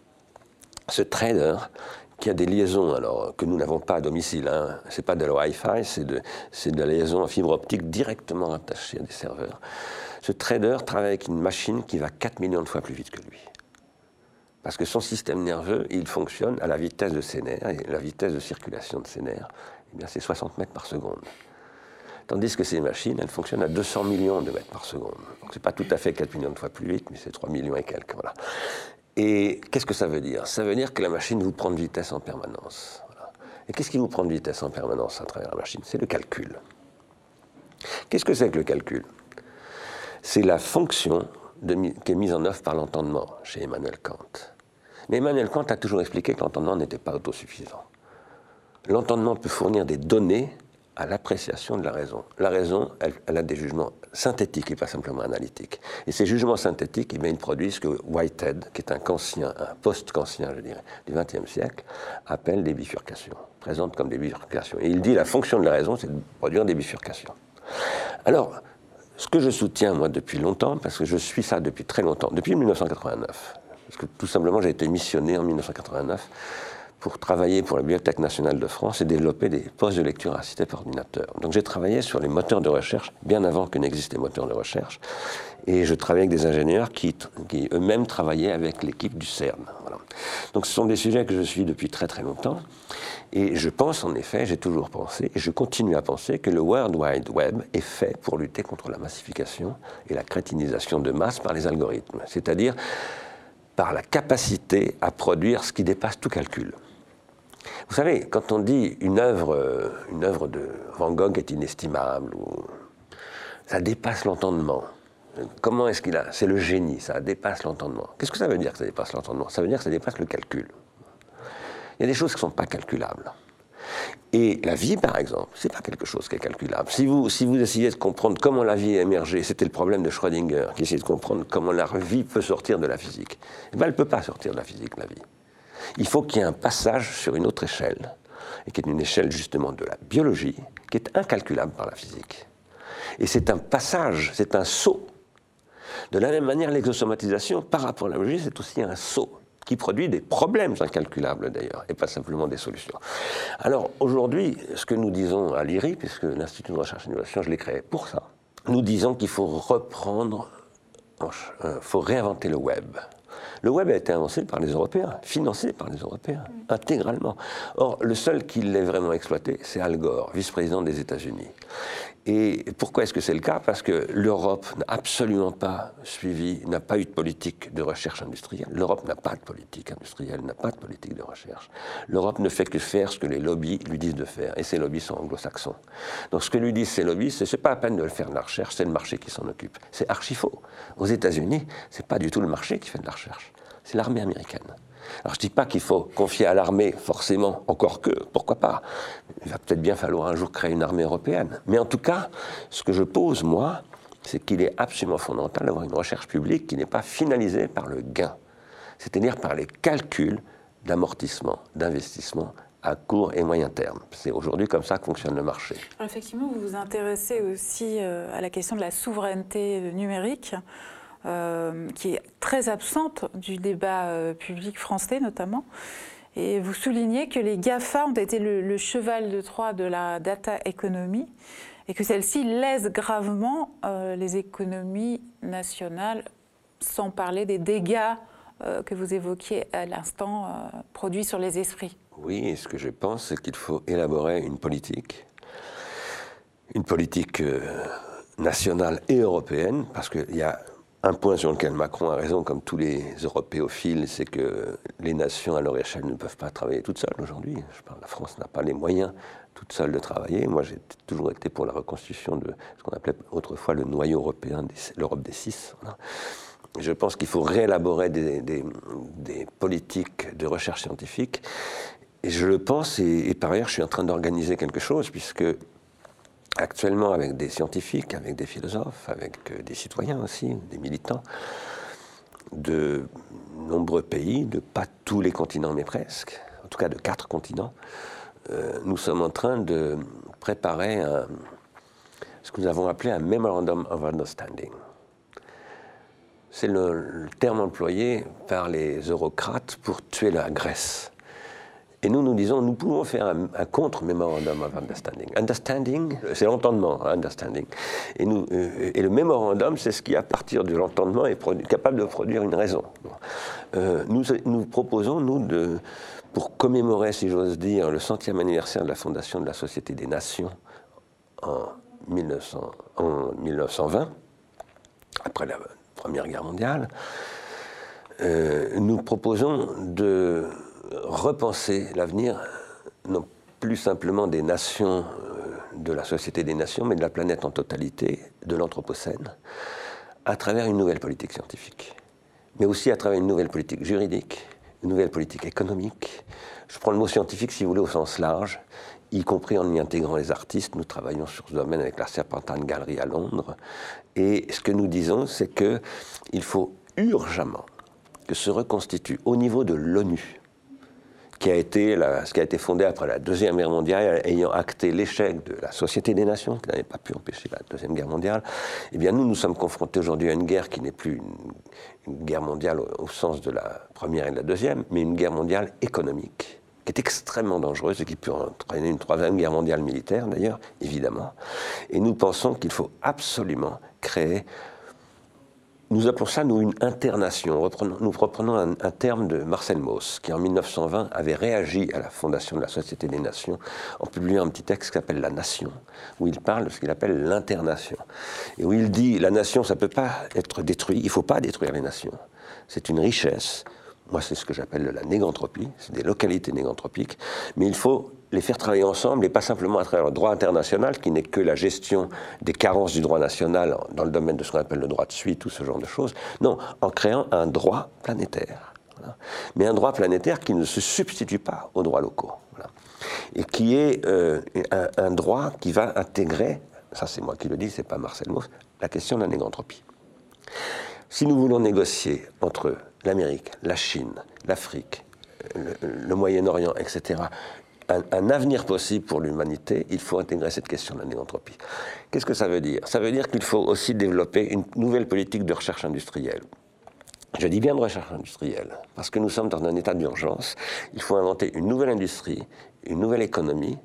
ce trader qui a des liaisons, alors, que nous n'avons pas à domicile, hein. Ce n'est pas de la Wi-Fi, c'est de, c'est de la liaison en fibre optique directement attachée à des serveurs. Ce trader travaille avec une machine qui va quatre millions de fois plus vite que lui. Parce que son système nerveux, il fonctionne à la vitesse de ses nerfs, et la vitesse de circulation de ses nerfs, eh bien, c'est soixante mètres par seconde. Tandis que ces machines, elles fonctionnent à deux cents millions de mètres par seconde. Donc c'est pas tout à fait quatre millions de fois plus vite, mais c'est trois millions et quelques. Voilà. Et qu'est-ce que ça veut dire? Ça veut dire que la machine vous prend de vitesse en permanence. Voilà. Et qu'est-ce qui vous prend de vitesse en permanence à travers la machine? C'est le calcul. Qu'est-ce que c'est que le calcul? C'est la fonction de, qui est mise en œuvre par l'entendement chez Emmanuel Kant. Mais Emmanuel Kant a toujours expliqué que l'entendement n'était pas autosuffisant. L'entendement peut fournir des données à l'appréciation de la raison. La raison, elle, elle a des jugements synthétiques et pas simplement analytiques. Et ces jugements synthétiques, eh bien, ils produisent ce que Whitehead, qui est un kantien, un post-kantien, je dirais, du vingtième siècle, appelle des bifurcations, présente comme des bifurcations. Et il dit la fonction de la raison, c'est de produire des bifurcations. Alors, ce que je soutiens, moi, depuis longtemps, parce que je suis ça depuis très longtemps, depuis mille neuf cent quatre-vingt-neuf, parce que tout simplement, j'ai été missionné en mille neuf cent quatre-vingt-neuf pour travailler pour la Bibliothèque nationale de France et développer des postes de lecture assistés par ordinateur. Donc j'ai travaillé sur les moteurs de recherche bien avant que n'existent les moteurs de recherche, et je travaillais avec des ingénieurs qui, qui eux-mêmes travaillaient avec l'équipe du CERN. Voilà. Donc ce sont des sujets que je suis depuis très très longtemps, et je pense en effet, j'ai toujours pensé, et je continue à penser que le World Wide Web est fait pour lutter contre la massification et la crétinisation de masse par les algorithmes, c'est-à-dire par la capacité à produire ce qui dépasse tout calcul. Vous savez, quand on dit une œuvre, une œuvre de Van Gogh est inestimable, ou ça dépasse l'entendement. Comment est-ce qu'il a? C'est le génie, ça dépasse l'entendement. Qu'est-ce que ça veut dire que ça dépasse l'entendement? Ça veut dire que ça dépasse le calcul. Il y a des choses qui ne sont pas calculables. Et la vie, par exemple, c'est pas quelque chose qui est calculable. Si vous, si vous essayez de comprendre comment la vie est émergée, c'était le problème de Schrödinger, qui essayait de comprendre comment la vie peut sortir de la physique. Eh bien, elle ne peut pas sortir de la physique, la vie. Il faut qu'il y ait un passage sur une autre échelle, et qui est une échelle justement de la biologie, qui est incalculable par la physique. Et c'est un passage, c'est un saut. De la même manière, l'exosomatisation, par rapport à la biologie, c'est aussi un saut qui produit des problèmes incalculables d'ailleurs, et pas simplement des solutions. Alors aujourd'hui, ce que nous disons à l'I R I, puisque l'Institut de recherche et d'innovation, je l'ai créé pour ça, nous disons qu'il faut reprendre, il euh, faut réinventer le web. Le web a été inventé par les Européens, financé par les Européens, intégralement. Or, le seul qui l'ait vraiment exploité, c'est Al Gore, vice-président des États-Unis. Et pourquoi est-ce que c'est le cas? Parce que l'Europe n'a absolument pas suivi, n'a pas eu de politique de recherche industrielle. L'Europe n'a pas de politique industrielle, n'a pas de politique de recherche. L'Europe ne fait que faire ce que les lobbies lui disent de faire, et ces lobbies sont anglo-saxons. Donc ce que lui disent ces lobbies, c'est c'est pas la peine de faire de la recherche, c'est le marché qui s'en occupe. C'est archi faux. Aux États-Unis, c'est pas du tout le marché qui fait de la recherche, c'est l'armée américaine. Alors je ne dis pas qu'il faut confier à l'armée forcément, encore que, pourquoi pas. Il va peut-être bien falloir un jour créer une armée européenne. Mais en tout cas, ce que je pose, moi, c'est qu'il est absolument fondamental d'avoir une recherche publique qui n'est pas finalisée par le gain, c'est-à-dire par les calculs d'amortissement, d'investissement à court et moyen terme. C'est aujourd'hui comme ça que fonctionne le marché. Alors effectivement, vous vous intéressez aussi à la question de la souveraineté numérique. Euh, qui est très absente du débat euh, public français notamment. Et vous soulignez que les GAFA ont été le, le cheval de Troie de la data economy et que celle-ci lèse gravement euh, les économies nationales, sans parler des dégâts euh, que vous évoquiez à l'instant euh, produits sur les esprits. Oui, et ce que je pense, c'est qu'il faut élaborer une politique, une politique euh, nationale et européenne, parce qu'il y a un point sur lequel Macron a raison, comme tous les européophiles, c'est que les nations à leur échelle ne peuvent pas travailler toutes seules aujourd'hui. Je parle, la France n'a pas les moyens toute seule de travailler. Moi, j'ai toujours été pour la reconstitution de ce qu'on appelait autrefois le noyau européen, l'Europe des six. Voilà. Je pense qu'il faut réélaborer des, des, des politiques de recherche scientifique. Et je le pense, et, et par ailleurs, je suis en train d'organiser quelque chose, puisque actuellement, avec des scientifiques, avec des philosophes, avec des citoyens aussi, des militants, de nombreux pays, de pas tous les continents, mais presque, en tout cas de quatre continents, euh, nous sommes en train de préparer un, ce que nous avons appelé un Memorandum of Understanding. C'est le, le terme employé par les eurocrates pour tuer la Grèce. Et nous, nous disons, nous pouvons faire un, un contre-memorandum of understanding. Understanding, c'est l'entendement, understanding. Et, nous, euh, et le memorandum, c'est ce qui, à partir de l'entendement, est capable de produire une raison. Euh, nous, nous proposons, nous, de, pour commémorer, si j'ose dire, le centième anniversaire de la fondation de la Société des Nations en, mille neuf cents, en mille neuf cent vingt, après la Première Guerre mondiale, euh, nous proposons de repenser l'avenir, non plus simplement des nations, de la Société des Nations, mais de la planète en totalité, de l'Anthropocène, à travers une nouvelle politique scientifique, mais aussi à travers une nouvelle politique juridique, une nouvelle politique économique. Je prends le mot scientifique, si vous voulez, au sens large, y compris en y intégrant les artistes. Nous travaillons sur ce domaine avec la Serpentine Galerie à Londres. Et ce que nous disons, c'est qu'il faut urgemment que se reconstitue au niveau de l'ONU, qui a été la, ce qui a été fondé après la Deuxième Guerre mondiale, ayant acté l'échec de la Société des Nations, qui n'avait pas pu empêcher la Deuxième Guerre mondiale. Eh bien, nous, nous sommes confrontés aujourd'hui à une guerre qui n'est plus une, une guerre mondiale au, au sens de la Première et de la Deuxième, mais une guerre mondiale économique, qui est extrêmement dangereuse et qui peut entraîner une Troisième Guerre mondiale militaire, d'ailleurs, évidemment. Et nous pensons qu'il faut absolument créer... Nous appelons ça, nous, une internation. Reprenons, nous reprenons un, un terme de Marcel Mauss, qui en mille neuf cent vingt avait réagi à la fondation de la Société des Nations en publiant un petit texte qui s'appelle « La Nation », où il parle de ce qu'il appelle l'internation. Et où il dit, la nation, ça ne peut pas être détruit, il ne faut pas détruire les nations. C'est une richesse. Moi, c'est ce que j'appelle la négantropie, c'est des localités négantropiques, mais il faut les faire travailler ensemble et pas simplement à travers le droit international, qui n'est que la gestion des carences du droit national dans le domaine de ce qu'on appelle le droit de suite ou ce genre de choses. Non, en créant un droit planétaire. Voilà. Mais un droit planétaire qui ne se substitue pas aux droits locaux. Voilà. Et qui est euh, un, un droit qui va intégrer, ça c'est moi qui le dis, c'est pas Marcel Mauss, la question de la négantropie. Si nous voulons négocier entre l'Amérique, la Chine, l'Afrique, le, le Moyen-Orient, et cetera, un, un avenir possible pour l'humanité, il faut intégrer cette question de la négantropie. Qu'est-ce que ça veut dire? Ça veut dire qu'il faut aussi développer une nouvelle politique de recherche industrielle. Je dis bien de recherche industrielle, parce que nous sommes dans un état d'urgence. Il faut inventer une nouvelle industrie, une nouvelle économie,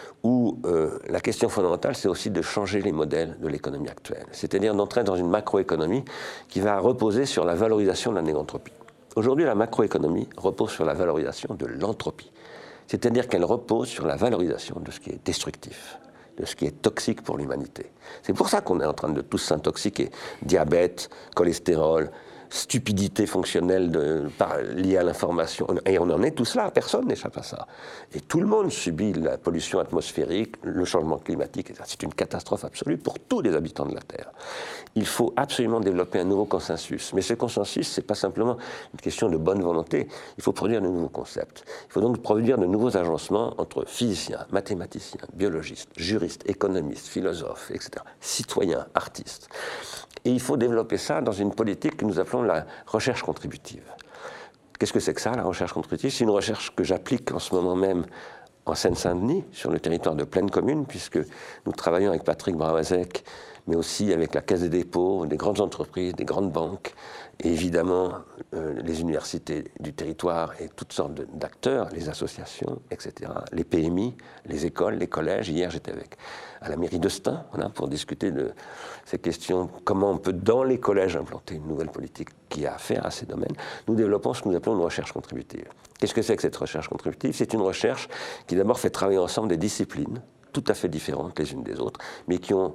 où euh, la question fondamentale, c'est aussi de changer les modèles de l'économie actuelle. C'est-à-dire d'entrer dans une macroéconomie qui va reposer sur la valorisation de la négantropie. Aujourd'hui, la macroéconomie repose sur la valorisation de l'entropie. C'est-à-dire qu'elle repose sur la valorisation de ce qui est destructif, de ce qui est toxique pour l'humanité. C'est pour ça qu'on est en train de tous s'intoxiquer. Diabète, cholestérol, stupidité fonctionnelle de, par, liée à l'information. Et on en est tous là, personne n'échappe à ça. Et tout le monde subit la pollution atmosphérique, le changement climatique. C'est une catastrophe absolue pour tous les habitants de la Terre. Il faut absolument développer un nouveau consensus. Mais ce consensus, ce n'est pas simplement une question de bonne volonté. Il faut produire de nouveaux concepts. Il faut donc produire de nouveaux agencements entre physiciens, mathématiciens, biologistes, juristes, économistes, philosophes, et cetera, citoyens, artistes. Et il faut développer ça dans une politique que nous appelons la recherche contributive. Qu'est-ce que c'est que ça, la recherche contributive? C'est une recherche que j'applique en ce moment même en Seine-Saint-Denis, sur le territoire de Plaine Commune, puisque nous travaillons avec Patrick Brawazek, mais aussi avec la Caisse des dépôts, des grandes entreprises, des grandes banques, et évidemment euh, les universités du territoire et toutes sortes d'acteurs, les associations, et cetera, les P M I, les écoles, les collèges. Hier, j'étais avec à la mairie de Stein, voilà, pour discuter de ces questions, comment on peut, dans les collèges, implanter une nouvelle politique qui a affaire à ces domaines. Nous développons ce que nous appelons une recherche contributive. Qu'est-ce que c'est que cette recherche contributive? C'est une recherche qui d'abord fait travailler ensemble des disciplines tout à fait différentes les unes des autres, mais qui ont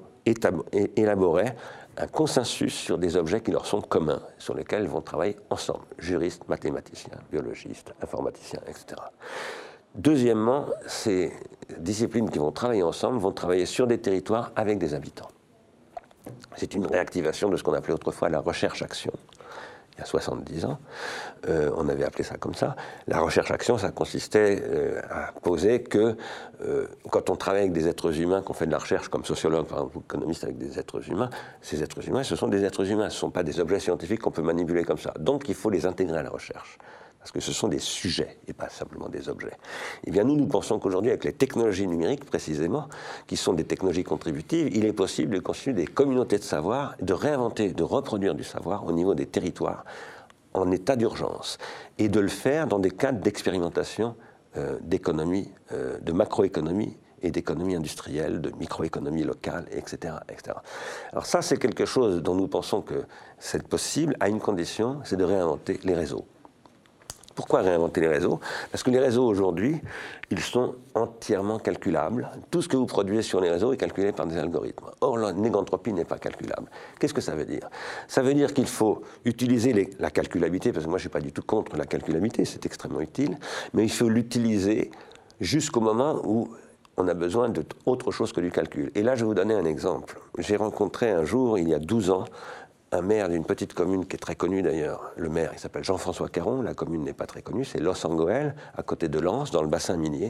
élaboré un consensus sur des objets qui leur sont communs, sur lesquels ils vont travailler ensemble, juristes, mathématiciens, biologistes, informaticiens, et cetera. Deuxièmement, ces disciplines qui vont travailler ensemble vont travailler sur des territoires avec des habitants. C'est une réactivation de ce qu'on appelait autrefois la recherche-action. Il y a soixante-dix ans, euh, on avait appelé ça comme ça. La recherche-action, ça consistait euh, à poser que euh, quand on travaille avec des êtres humains, qu'on fait de la recherche comme sociologue, par exemple, ou économiste avec des êtres humains, ces êtres humains, ce sont des êtres humains, ce ne sont pas des objets scientifiques qu'on peut manipuler comme ça. Donc il faut les intégrer à la recherche. Parce que ce sont des sujets et pas simplement des objets. Eh bien, nous, nous pensons qu'aujourd'hui, avec les technologies numériques, précisément, qui sont des technologies contributives, il est possible de constituer des communautés de savoir, de réinventer, de reproduire du savoir au niveau des territoires en état d'urgence, et de le faire dans des cadres d'expérimentation euh, d'économie, euh, de macroéconomie et d'économie industrielle, de microéconomie locale, et cetera, et cetera. Alors ça, c'est quelque chose dont nous pensons que c'est possible à une condition, c'est de réinventer les réseaux. Pourquoi réinventer les réseaux? Parce que les réseaux aujourd'hui, ils sont entièrement calculables. Tout ce que vous produisez sur les réseaux est calculé par des algorithmes. Or, la négantropie n'est pas calculable. Qu'est-ce que ça veut dire? Ça veut dire qu'il faut utiliser les, la calculabilité, parce que moi je ne suis pas du tout contre la calculabilité, c'est extrêmement utile, mais il faut l'utiliser jusqu'au moment où on a besoin d'autre chose que du calcul. Et là, je vais vous donner un exemple. J'ai rencontré un jour, il y a douze ans, un maire d'une petite commune qui est très connue d'ailleurs. Le maire, il s'appelle Jean-François Caron, la commune n'est pas très connue, c'est Los-Angoel, à côté de Lens, dans le bassin minier.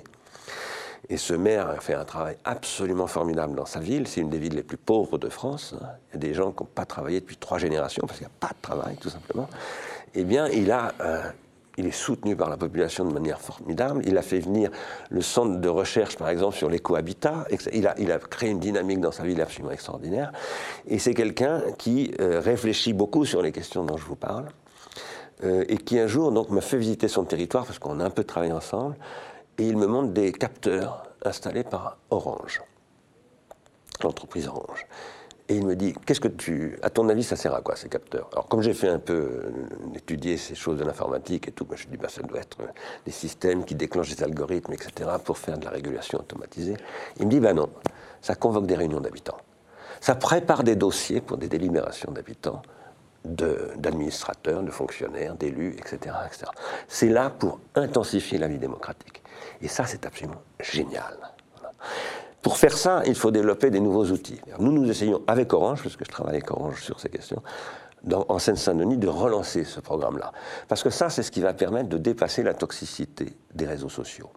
Et ce maire a fait un travail absolument formidable dans sa ville. C'est une des villes les plus pauvres de France. Il y a des gens qui n'ont pas travaillé depuis trois générations, parce qu'il n'y a pas de travail, tout simplement. Eh bien, il a... Euh, Il est soutenu par la population de manière formidable. Il a fait venir le centre de recherche, par exemple, sur l'écohabitat. Il a, il a créé une dynamique dans sa ville absolument extraordinaire. Et c'est quelqu'un qui euh, réfléchit beaucoup sur les questions dont je vous parle. Euh, et qui un jour donc, m'a fait visiter son territoire, parce qu'on a un peu travaillé ensemble. Et il me montre des capteurs installés par Orange, l'entreprise Orange. Et il me dit, qu'est-ce que tu... À ton avis, ça sert à quoi, ces capteurs? Alors, comme j'ai fait un peu euh, étudier ces choses de l'informatique et tout, ben, je dis, ben, ça doit être euh, des systèmes qui déclenchent des algorithmes, et cetera, pour faire de la régulation automatisée. Il me dit, ben non, ça convoque des réunions d'habitants. Ça prépare des dossiers pour des délibérations d'habitants, d'administrateurs, de, de fonctionnaires, d'élus, et cetera, et cetera. C'est là pour intensifier la vie démocratique. Et ça, c'est absolument génial. Voilà. Pour faire ça, il faut développer des nouveaux outils. Nous, nous essayons avec Orange, parce que je travaille avec Orange sur ces questions, dans, en Seine-Saint-Denis, de relancer ce programme-là. Parce que ça, c'est ce qui va permettre de dépasser la toxicité des réseaux sociaux.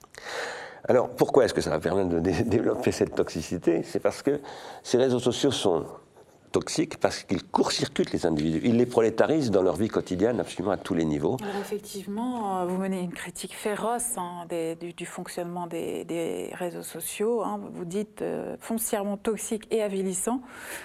Alors, pourquoi est-ce que ça va permettre de dé développer cette toxicité? C'est parce que ces réseaux sociaux sont toxiques parce qu'ils court-circuitent les individus. Ils les prolétarisent dans leur vie quotidienne, absolument à tous les niveaux. Alors effectivement, vous menez une critique féroce hein, des, du, du fonctionnement des, des réseaux sociaux. Hein. Vous dites euh, foncièrement toxique et avilissant.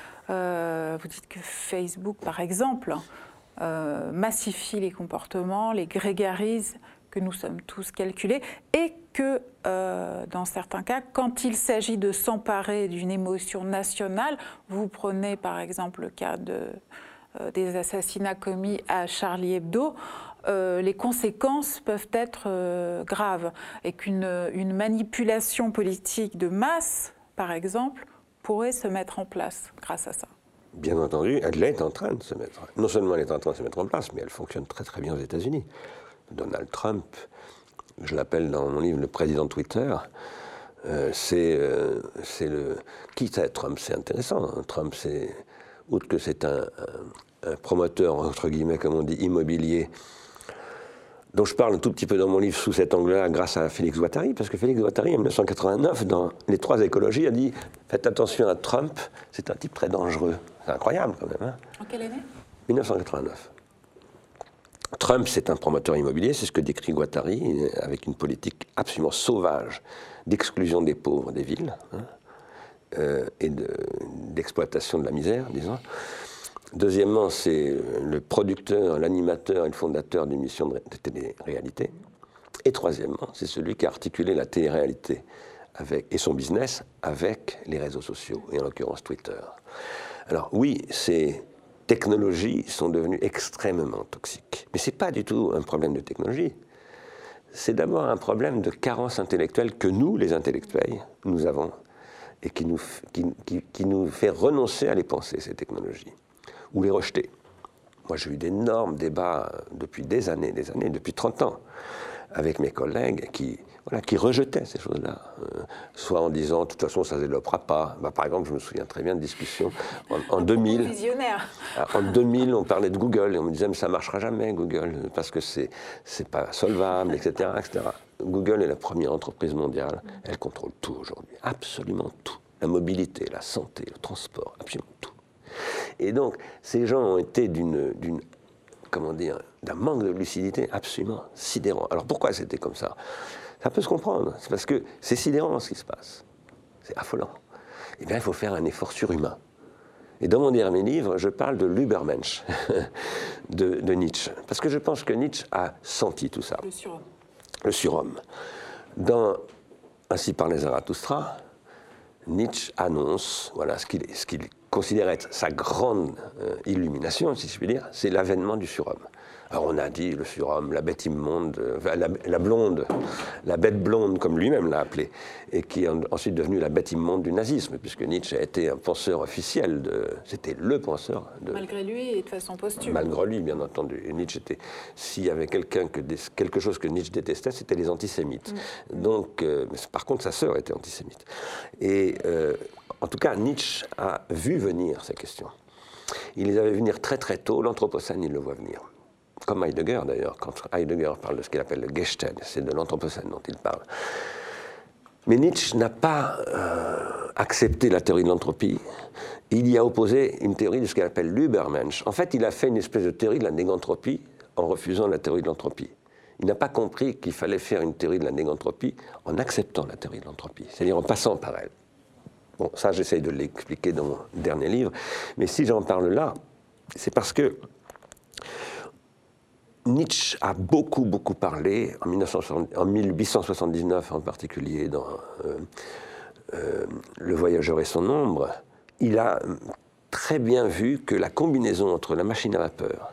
Euh, vous dites que Facebook, par exemple, euh, massifie les comportements, les grégarise, que nous sommes tous calculés, et que, euh, dans certains cas, quand il s'agit de s'emparer d'une émotion nationale, vous prenez par exemple le cas de, euh, des assassinats commis à Charlie Hebdo, euh, les conséquences peuvent être euh, graves, et qu'une une manipulation politique de masse, par exemple, pourrait se mettre en place grâce à ça. Bien entendu, elle est en train de se mettre. Non seulement elle est en train de se mettre en place, mais elle fonctionne très très bien aux États-Unis. Donald Trump, je l'appelle dans mon livre le président Twitter, euh, c'est euh, le... Quitte à être Trump, c'est intéressant. Hein. Trump, c'est... Outre que c'est un, un, un promoteur, entre guillemets, comme on dit, immobilier, dont je parle un tout petit peu dans mon livre sous cet angle-là, grâce à Félix Guattari, parce que Félix Guattari, en mille neuf cent quatre-vingt-neuf, dans Les Trois écologies, a dit « Faites attention à Trump, c'est un type très dangereux ». C'est incroyable, quand même. Hein. En quelle année? mille neuf cent quatre-vingt-neuf. Trump, c'est un promoteur immobilier, c'est ce que décrit Guattari, avec une politique absolument sauvage d'exclusion des pauvres des villes hein, euh, et d'exploitation de, de la misère, disons. Deuxièmement, c'est le producteur, l'animateur et le fondateur d'une mission de télé-réalité. Et troisièmement, c'est celui qui a articulé la télé-réalité avec, et son business avec les réseaux sociaux, et en l'occurrence Twitter. Alors oui, c'est... technologies sont devenues extrêmement toxiques. Mais ce n'est pas du tout un problème de technologie. C'est d'abord un problème de carence intellectuelle que nous, les intellectuels, nous avons et qui nous, qui, qui, qui nous fait renoncer à les penser, ces technologies, ou les rejeter. Moi, j'ai eu d'énormes débats depuis des années, des années, depuis trente ans, avec mes collègues qui, voilà, qui rejetaient ces choses-là, euh, soit en disant, de toute façon, ça ne se développera pas. Bah, par exemple, je me souviens très bien de discussions en, en deux mille. Visionnaire. En deux mille, on parlait de Google et on me disait, mais ça ne marchera jamais, Google, parce que c'est c'est pas solvable, et cetera, et cetera. Google est la première entreprise mondiale, elle contrôle tout aujourd'hui, absolument tout. La mobilité, la santé, le transport, absolument tout. Et donc, ces gens ont été d'une, d'une comment dire, d'un manque de lucidité absolument sidérant. Alors pourquoi c'était comme ça? Ça peut se comprendre, c'est parce que c'est sidérant ce qui se passe, c'est affolant. Eh bien, il faut faire un effort surhumain. Et dans mon dernier livre, je parle de l'Ubermensch de, de Nietzsche, parce que je pense que Nietzsche a senti tout ça. Le surhomme. Le surhomme. Dans Ainsi parlait Zarathustra, Nietzsche annonce voilà, ce qu'il ce qu'il considère être sa grande euh, illumination, si je puis dire, c'est l'avènement du surhomme. Alors on a dit le surhomme, la bête immonde, euh, la, la blonde, la bête blonde comme lui-même l'a appelé, et qui est en, ensuite devenue la bête immonde du nazisme, puisque Nietzsche a été un penseur officiel, de, c'était le penseur. De, malgré lui et de façon posthume. Malgré lui, bien entendu. Et Nietzsche était, s'il y avait quelqu'un que, quelque chose que Nietzsche détestait, c'était les antisémites. Mmh. Donc, euh, mais par contre, sa sœur était antisémite. Et euh, en tout cas, Nietzsche a vu venir ces questions. Il les avait venir très très tôt, l'Anthropocène, il le voit venir. Comme Heidegger d'ailleurs, quand Heidegger parle de ce qu'il appelle le Gestell, c'est de l'Anthropocène dont il parle. Mais Nietzsche n'a pas euh, accepté la théorie de l'entropie, il y a opposé une théorie de ce qu'il appelle l'Übermensch. En fait, il a fait une espèce de théorie de la négantropie en refusant la théorie de l'entropie. Il n'a pas compris qu'il fallait faire une théorie de la négantropie en acceptant la théorie de l'entropie, c'est-à-dire en passant par elle. Bon, ça j'essaye de l'expliquer dans mon dernier livre, mais si j'en parle là, c'est parce que Nietzsche a beaucoup, beaucoup parlé, en, en mille huit cent soixante-dix-neuf en particulier, dans euh, euh, Le Voyageur et son ombre, il a très bien vu que la combinaison entre la machine à vapeur,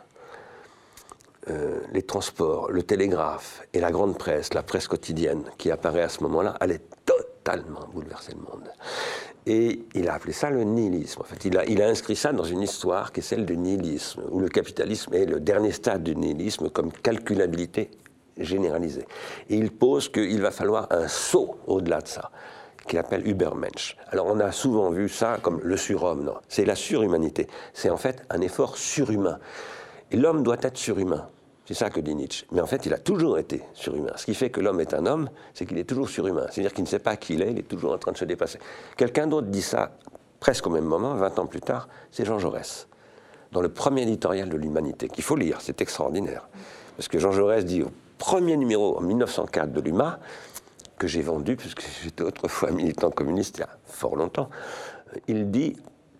euh, les transports, le télégraphe et la grande presse, la presse quotidienne qui apparaît à ce moment-là, allait totalement bouleverser le monde. Et il a appelé ça le nihilisme. En fait, il a, il a inscrit ça dans une histoire qui est celle du nihilisme, où le capitalisme est le dernier stade du nihilisme comme calculabilité généralisée. Et il pose qu'il va falloir un saut au-delà de ça, qu'il appelle Übermensch. Alors on a souvent vu ça comme le surhomme, non. C'est la surhumanité. C'est en fait un effort surhumain. Et l'homme doit être surhumain. C'est ça que dit Nietzsche. Mais en fait, il a toujours été surhumain. Ce qui fait que l'homme est un homme, c'est qu'il est toujours surhumain. C'est-à-dire qu'il ne sait pas qui il est, il est toujours en train de se dépasser. Quelqu'un d'autre dit ça presque au même moment, vingt ans plus tard, c'est Jean Jaurès, dans le premier éditorial de l'Humanité, qu'il faut lire, c'est extraordinaire. Parce que Jean Jaurès dit au premier numéro, en mille neuf cent quatre, de l'Huma, que j'ai vendu, puisque j'étais autrefois militant communiste il y a fort longtemps, il dit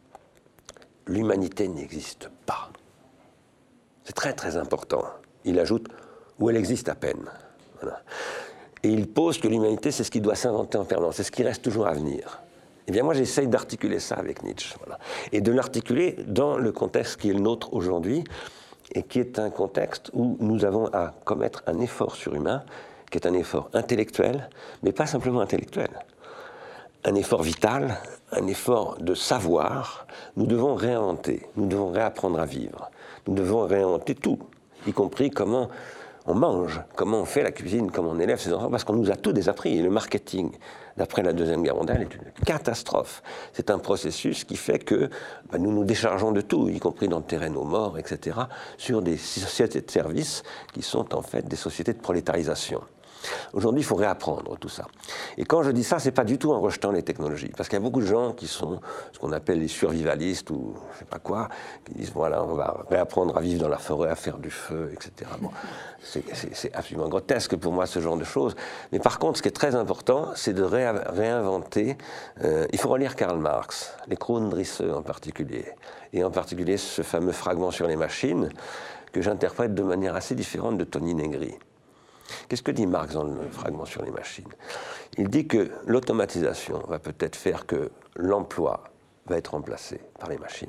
« L'humanité n'existe pas ». C'est très très important. Il ajoute « où elle existe à peine ». Voilà. Et il pose que l'humanité, c'est ce qui doit s'inventer en permanence, c'est ce qui reste toujours à venir. Eh bien moi, j'essaye d'articuler ça avec Nietzsche. Voilà. Et de l'articuler dans le contexte qui est le nôtre aujourd'hui, et qui est un contexte où nous avons à commettre un effort surhumain, qui est un effort intellectuel, mais pas simplement intellectuel. Un effort vital, un effort de savoir. Nous devons réinventer, nous devons réapprendre à vivre. Nous devons réinventer tout, y compris comment on mange, comment on fait la cuisine, comment on élève ses enfants, parce qu'on nous a tout désappris. Et le marketing, d'après la Deuxième Guerre mondiale, est une catastrophe. C'est un processus qui fait que ben, nous nous déchargeons de tout, y compris d'enterrer nos morts, et cetera, sur des sociétés de services qui sont en fait des sociétés de prolétarisation. Aujourd'hui, il faut réapprendre tout ça. Et quand je dis ça, c'est pas du tout en rejetant les technologies. Parce qu'il y a beaucoup de gens qui sont ce qu'on appelle les survivalistes ou je sais pas quoi, qui disent voilà, on va réapprendre à vivre dans la forêt, à faire du feu, et cetera. Bon, c'est absolument grotesque pour moi, ce genre de choses. Mais par contre, ce qui est très important, c'est de ré réinventer. Euh, il faut relire Karl Marx, les Grundrisse en particulier. Et en particulier ce fameux fragment sur les machines, que j'interprète de manière assez différente de Tony Negri. Qu'est-ce que dit Marx dans le fragment sur les machines? Il dit que l'automatisation va peut-être faire que l'emploi va être remplacé par les machines.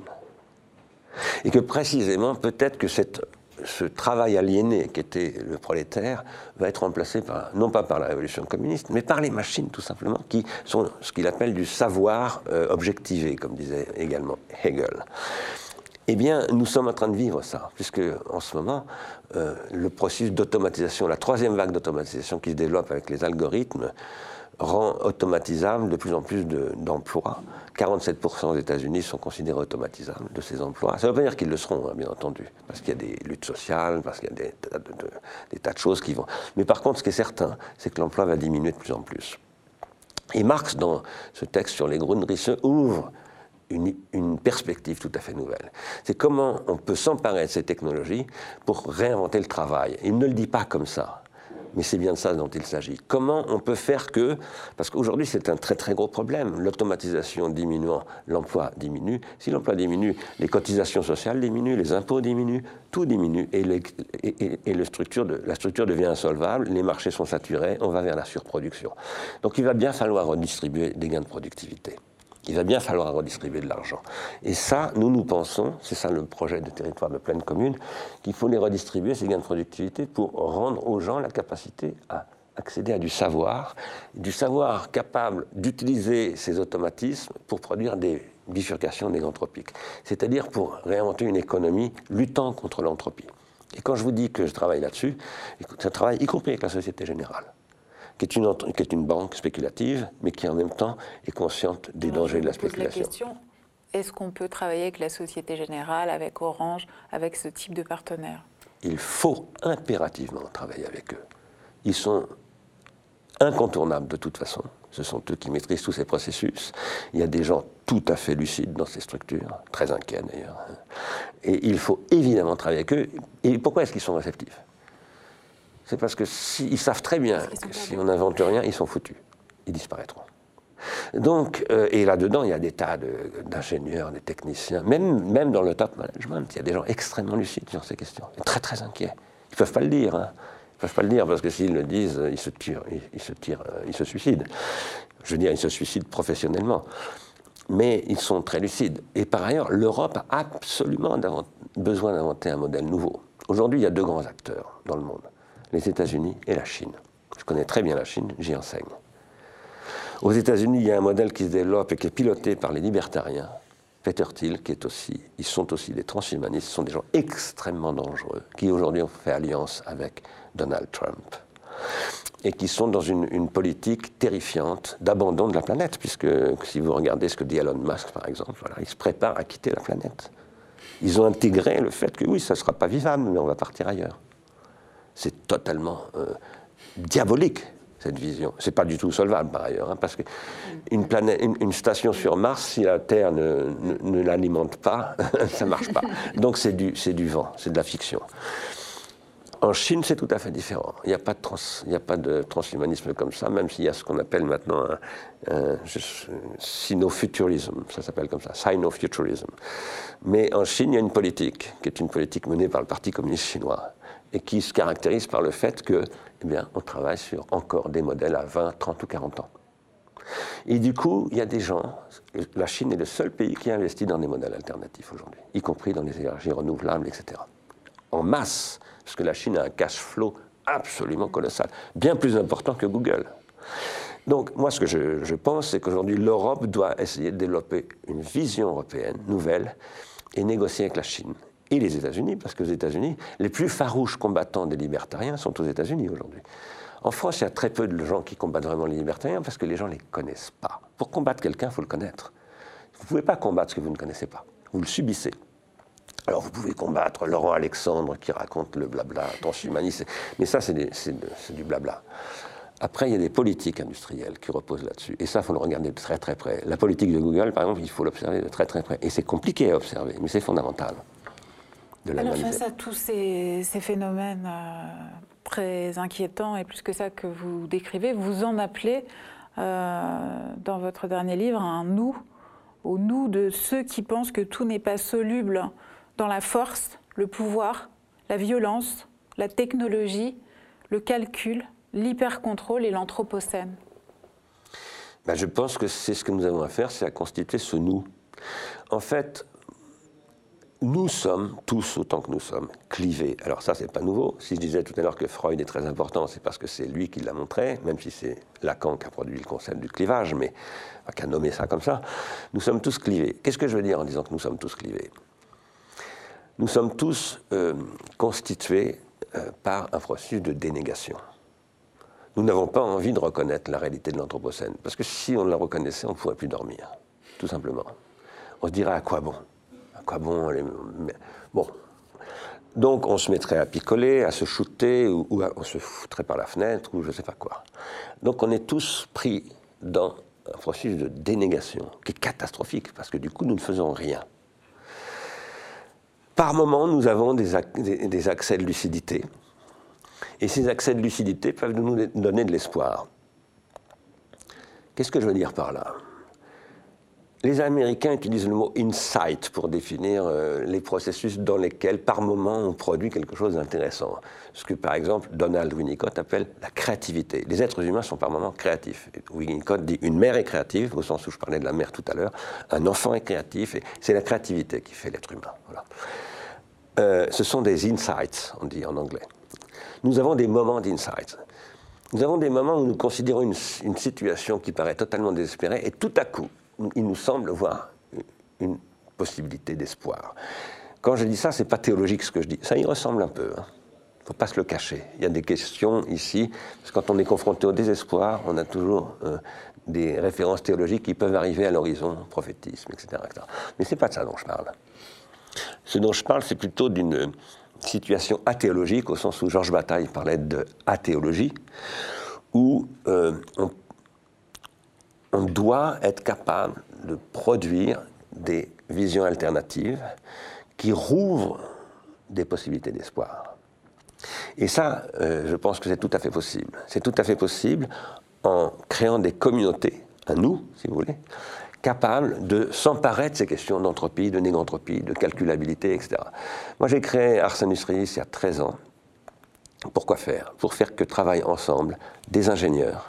Et que précisément, peut-être que cette, ce travail aliéné qu'était le prolétaire va être remplacé par, non pas par la révolution communiste, mais par les machines tout simplement, qui sont ce qu'il appelle du savoir euh, objectivé, comme disait également Hegel. Eh bien, nous sommes en train de vivre ça, puisque en ce moment, euh, le processus d'automatisation, la troisième vague d'automatisation qui se développe avec les algorithmes, rend automatisable de plus en plus d'emplois. quarante-sept pour cent aux États-Unis sont considérés automatisables de ces emplois. Ça ne veut pas dire qu'ils le seront, hein, bien entendu, parce qu'il y a des luttes sociales, parce qu'il y a des, de, de, des tas de choses qui vont. Mais par contre, ce qui est certain, c'est que l'emploi va diminuer de plus en plus. Et Marx, dans ce texte sur les Grundrisse, ouvre Une, une perspective tout à fait nouvelle. C'est comment on peut s'emparer de ces technologies pour réinventer le travail. Il ne le dit pas comme ça, mais c'est bien de ça dont il s'agit. Comment on peut faire que, parce qu'aujourd'hui c'est un très très gros problème, l'automatisation diminuant, l'emploi diminue. Si l'emploi diminue, les cotisations sociales diminuent, les impôts diminuent, tout diminue et, les, et, et, et le structure de, la structure devient insolvable, les marchés sont saturés, on va vers la surproduction. Donc il va bien falloir redistribuer des gains de productivité. Il va bien falloir redistribuer de l'argent. Et ça, nous, nous pensons, c'est ça le projet de territoire de pleine commune, qu'il faut les redistribuer, ces gains de productivité, pour rendre aux gens la capacité à accéder à du savoir, du savoir capable d'utiliser ces automatismes pour produire des bifurcations négantropiques, c'est-à-dire pour réinventer une économie luttant contre l'entropie. Et quand je vous dis que je travaille là-dessus, je travaille y compris avec la Société Générale, qui est une, qui est une banque spéculative, mais qui en même temps est consciente des Alors, dangers de la je vous pose spéculation. la question, est-ce qu'on peut travailler avec la Société Générale, avec Orange, avec ce type de partenaires? Il faut impérativement travailler avec eux. Ils sont incontournables de toute façon. Ce sont eux qui maîtrisent tous ces processus. Il y a des gens tout à fait lucides dans ces structures, très inquiets d'ailleurs. Et il faut évidemment travailler avec eux. Et pourquoi est-ce qu'ils sont réceptifs? C'est parce que si, ils savent très bien que si on n'invente rien, ils sont foutus. Ils disparaîtront. Donc, euh, et là-dedans, il y a des tas de, d'ingénieurs, des techniciens, même, même dans le top management, il y a des gens extrêmement lucides sur ces questions, très très inquiets. Ils ne peuvent pas le dire. Hein. Ils ne peuvent pas le dire parce que s'ils le disent, ils se tirent, ils, ils se tirent, ils se suicident. Je veux dire, ils se suicident professionnellement. Mais ils sont très lucides. Et par ailleurs, l'Europe a absolument besoin d'inventer un modèle nouveau. Aujourd'hui, il y a deux grands acteurs dans le monde, les États-Unis et la Chine. Je connais très bien la Chine, j'y enseigne. Aux États-Unis, il y a un modèle qui se développe et qui est piloté par les libertariens. Peter Thiel, qui est aussi, ils sont aussi des transhumanistes, ce sont des gens extrêmement dangereux, qui aujourd'hui ont fait alliance avec Donald Trump, et qui sont dans une, une politique terrifiante d'abandon de la planète, puisque si vous regardez ce que dit Elon Musk, par exemple, voilà, il se prépare à quitter la planète. Ils ont intégré le fait que oui, ça ne sera pas vivable, mais on va partir ailleurs. C'est totalement euh, diabolique, cette vision. Ce n'est pas du tout solvable, par ailleurs, hein, parce qu'une planète, une, une station sur Mars, si la Terre ne, ne, ne l'alimente pas, ça ne marche pas. Donc c'est du, c'est du vent, c'est de la fiction. En Chine, c'est tout à fait différent. Il n'y a pas de, trans, il n'y a pas de transhumanisme comme ça, même s'il y a ce qu'on appelle maintenant un, un sino-futurisme, ça s'appelle comme ça, sino-futurisme. Mais en Chine, il y a une politique, qui est une politique menée par le Parti communiste chinois, et qui se caractérise par le fait que, eh bien, on travaille sur encore des modèles à vingt, trente ou quarante ans. Et du coup, il y a des gens, la Chine est le seul pays qui investit dans des modèles alternatifs aujourd'hui, y compris dans les énergies renouvelables, et cetera. En masse, parce que la Chine a un cash flow absolument colossal, bien plus important que Google. Donc, moi, ce que je, je pense, c'est qu'aujourd'hui, l'Europe doit essayer de développer une vision européenne nouvelle et négocier avec la Chine et les États-Unis, parce qu'aux États-Unis, les plus farouches combattants des libertariens sont aux États-Unis aujourd'hui. En France, il y a très peu de gens qui combattent vraiment les libertariens parce que les gens ne les connaissent pas. Pour combattre quelqu'un, il faut le connaître. Vous ne pouvez pas combattre ce que vous ne connaissez pas. Vous le subissez. Alors vous pouvez combattre Laurent Alexandre qui raconte le blabla transhumaniste, mais ça c'est, des, c'est, de, c'est du blabla. Après il y a des politiques industrielles qui reposent là-dessus, et ça il faut le regarder de très très près. La politique de Google par exemple, il faut l'observer de très très près, et c'est compliqué à observer, mais c'est fondamental de l'analyser. Alors face à tous ces, ces phénomènes euh, très inquiétants, et plus que ça que vous décrivez, vous en appelez euh, dans votre dernier livre un nous, au nous de ceux qui pensent que tout n'est pas soluble dans la force, le pouvoir, la violence, la technologie, le calcul, l'hypercontrôle et l'anthropocène. Ben, je pense que c'est ce que nous avons à faire, c'est à constituer ce nous. En fait, nous sommes tous, autant que nous sommes, clivés. Alors ça, c'est pas nouveau. Si je disais tout à l'heure que Freud est très important, c'est parce que c'est lui qui l'a montré, même si c'est Lacan qui a produit le concept du clivage, mais enfin, qui a nommé ça comme ça. Nous sommes tous clivés. Qu'est-ce que je veux dire en disant que nous sommes tous clivés ? Nous sommes tous euh, constitués euh, par un processus de dénégation. Nous n'avons pas envie de reconnaître la réalité de l'anthropocène, parce que si on la reconnaissait, on ne pourrait plus dormir, tout simplement. On se dirait à quoi bon ? À quoi bon les... Bon. Donc on se mettrait à picoler, à se shooter, ou, ou à, on se foutrait par la fenêtre, ou je ne sais pas quoi. Donc on est tous pris dans un processus de dénégation, qui est catastrophique, parce que du coup nous ne faisons rien. Par moments, nous avons des, ac- des, des accès de lucidité. Et ces accès de lucidité peuvent nous donner de l'espoir. Qu'est-ce que je veux dire par là ? les Américains utilisent le mot « insight » pour définir euh, les processus dans lesquels, par moment, on produit quelque chose d'intéressant. Ce que, par exemple, Donald Winnicott appelle la créativité. Les êtres humains sont par moments créatifs. Winnicott dit « une mère est créative », au sens où je parlais de la mère tout à l'heure, un enfant est créatif, et c'est la créativité qui fait l'être humain. Voilà. Euh, ce sont des insights, on dit en anglais. Nous avons des moments d'insights. Nous avons des moments où nous considérons une, une situation qui paraît totalement désespérée, et tout à coup, il nous semble voir une possibilité d'espoir. Quand je dis ça, ce n'est pas théologique ce que je dis. Ça y ressemble un peu. Il hein. ne faut pas se le cacher. Il y a des questions ici, parce que quand on est confronté au désespoir, on a toujours euh, des références théologiques qui peuvent arriver à l'horizon, prophétisme, et cetera, et cetera. Mais ce n'est pas de ça dont je parle. Ce dont je parle, c'est plutôt d'une situation athéologique, au sens où Georges Bataille parlait de athéologie, où euh, on On doit être capable de produire des visions alternatives qui rouvrent des possibilités d'espoir. Et ça, euh, je pense que c'est tout à fait possible. C'est tout à fait possible en créant des communautés, à nous, si vous voulez, capables de s'emparer de ces questions d'entropie, de négantropie, de calculabilité, et cetera. Moi, j'ai créé Ars Industrialis il y a treize ans. Pourquoi faire? Pour faire que travaillent ensemble des ingénieurs,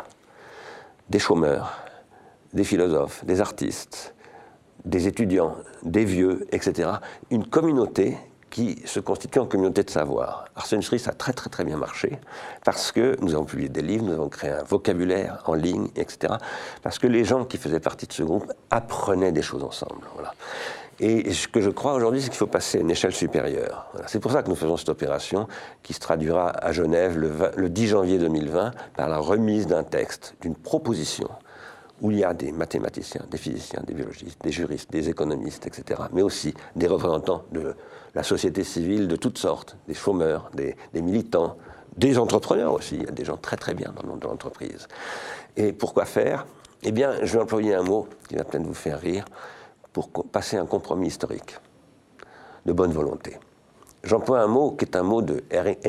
des chômeurs, des philosophes, des artistes, des étudiants, des vieux, et cetera. Une communauté qui se constitue en communauté de savoir. Ars Industrialis a très très très bien marché parce que nous avons publié des livres, nous avons créé un vocabulaire en ligne, et cetera. Parce que les gens qui faisaient partie de ce groupe apprenaient des choses ensemble. Voilà. Et ce que je crois aujourd'hui, c'est qu'il faut passer à une échelle supérieure. Voilà. C'est pour ça que nous faisons cette opération qui se traduira à Genève le, vingt, le dix janvier deux mille vingt par la remise d'un texte, d'une proposition où il y a des mathématiciens, des physiciens, des biologistes, des juristes, des économistes, et cetera, mais aussi des représentants de la société civile de toutes sortes, des chômeurs, des, des militants, des entrepreneurs aussi. Il y a des gens très très bien dans le monde de l'entreprise. Et pourquoi faire? Eh bien, je vais employer un mot qui va peut-être vous faire rire, pour passer un compromis historique, de bonne volonté. J'emploie un mot qui est un mot de,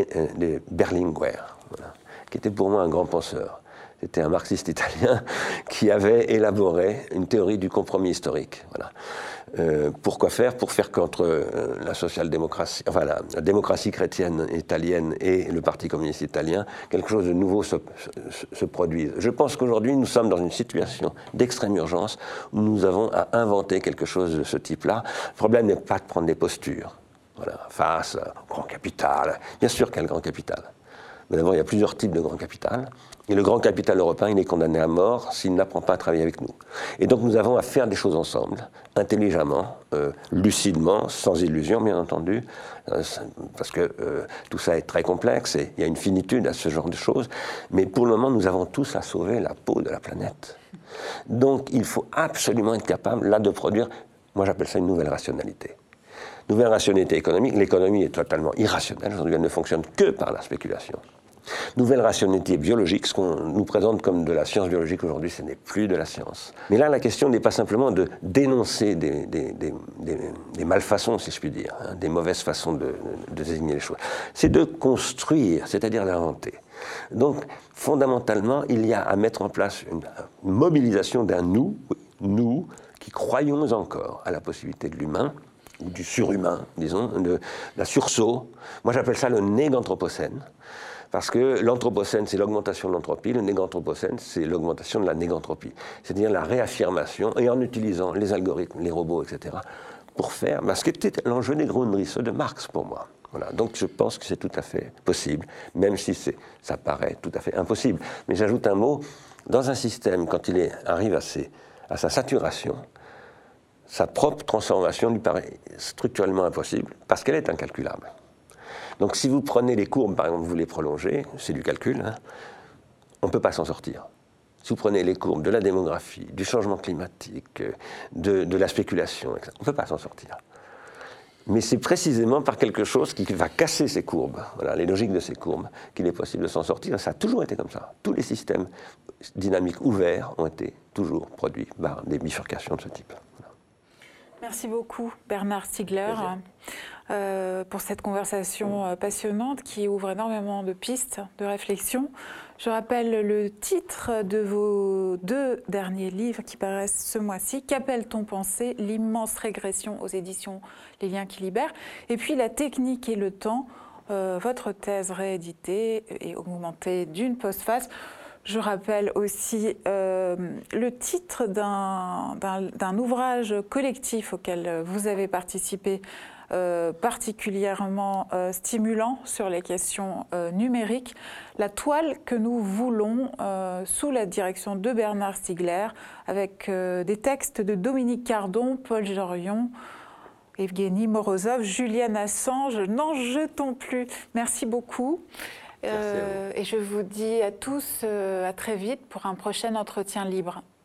de Berlinguer, voilà, qui était pour moi un grand penseur. C'était un marxiste italien qui avait élaboré une théorie du compromis historique. Voilà. Euh, pourquoi faire? Pour faire qu'entre euh, la social-démocratie, enfin la, la démocratie chrétienne italienne et le Parti communiste italien, quelque chose de nouveau se, se, se produise. Je pense qu'aujourd'hui, nous sommes dans une situation d'extrême urgence où nous avons à inventer quelque chose de ce type-là. Le problème n'est pas de prendre des postures, voilà, face au grand capital. Bien sûr qu'il y a le grand capital. Mais d'abord, il y a plusieurs types de grand capital. Et le grand capital européen, il est condamné à mort s'il n'apprend pas à travailler avec nous. Et donc nous avons à faire des choses ensemble, intelligemment, euh, lucidement, sans illusion, bien entendu, euh, parce que euh, tout ça est très complexe et il y a une finitude à ce genre de choses. Mais pour le moment, nous avons tous à sauver la peau de la planète. Donc il faut absolument être capable, là, de produire, moi j'appelle ça une nouvelle rationalité. Nouvelle rationalité économique, l'économie est totalement irrationnelle, aujourd'hui elle ne fonctionne que par la spéculation. Nouvelle rationalité biologique, ce qu'on nous présente comme de la science biologique aujourd'hui, ce n'est plus de la science. Mais là, la question n'est pas simplement de dénoncer des, des, des, des, des malfaçons, si je puis dire, hein, des mauvaises façons de, de, de désigner les choses. C'est de construire, c'est-à-dire d'inventer. Donc, fondamentalement, il y a à mettre en place une, une mobilisation d'un nous, oui, nous, qui croyons encore à la possibilité de l'humain, ou du surhumain, disons, de la sursaut. Moi, j'appelle ça le néganthropocène. Parce que l'anthropocène, c'est l'augmentation de l'entropie, le néganthropocène, c'est l'augmentation de la négantropie. C'est-à-dire la réaffirmation, et en utilisant les algorithmes, les robots, et cetera, pour faire, parce que c'était l'enjeu des Grundrisse de Marx pour moi. Voilà. Donc je pense que c'est tout à fait possible, même si ça paraît tout à fait impossible. Mais j'ajoute un mot, dans un système, quand il est, arrive à, ses, à sa saturation, sa propre transformation lui paraît structurellement impossible, parce qu'elle est incalculable. Donc si vous prenez les courbes, par exemple, vous les prolongez, c'est du calcul, hein, on ne peut pas s'en sortir. Si vous prenez les courbes de la démographie, du changement climatique, de, de la spéculation, et cetera, on ne peut pas s'en sortir. Mais c'est précisément par quelque chose qui va casser ces courbes, voilà, les logiques de ces courbes, qu'il est possible de s'en sortir. Ça a toujours été comme ça. Tous les systèmes dynamiques ouverts ont été toujours produits par des bifurcations de ce type. Voilà. Merci beaucoup, Bernard Stiegler. euh, pour cette conversation euh, passionnante qui ouvre énormément de pistes de réflexion. Je rappelle le titre de vos deux derniers livres qui paraissent ce mois-ci. Qu'appelle-t-on penser? L'immense régression aux éditions Les Liens qui libèrent. Et puis La technique et le temps, euh, votre thèse rééditée et augmentée d'une postface. Je rappelle aussi euh, le titre d'un ouvrage collectif auquel vous avez participé, Euh, particulièrement euh, stimulant sur les questions euh, numériques, La toile que nous voulons, euh, sous la direction de Bernard Stiegler, avec euh, des textes de Dominique Cardon, Paul Jorion, Evgeny Morozov, Julian Assange. N'en jetons plus. Merci beaucoup. Merci euh, et je vous dis à tous euh, à très vite pour un prochain entretien libre.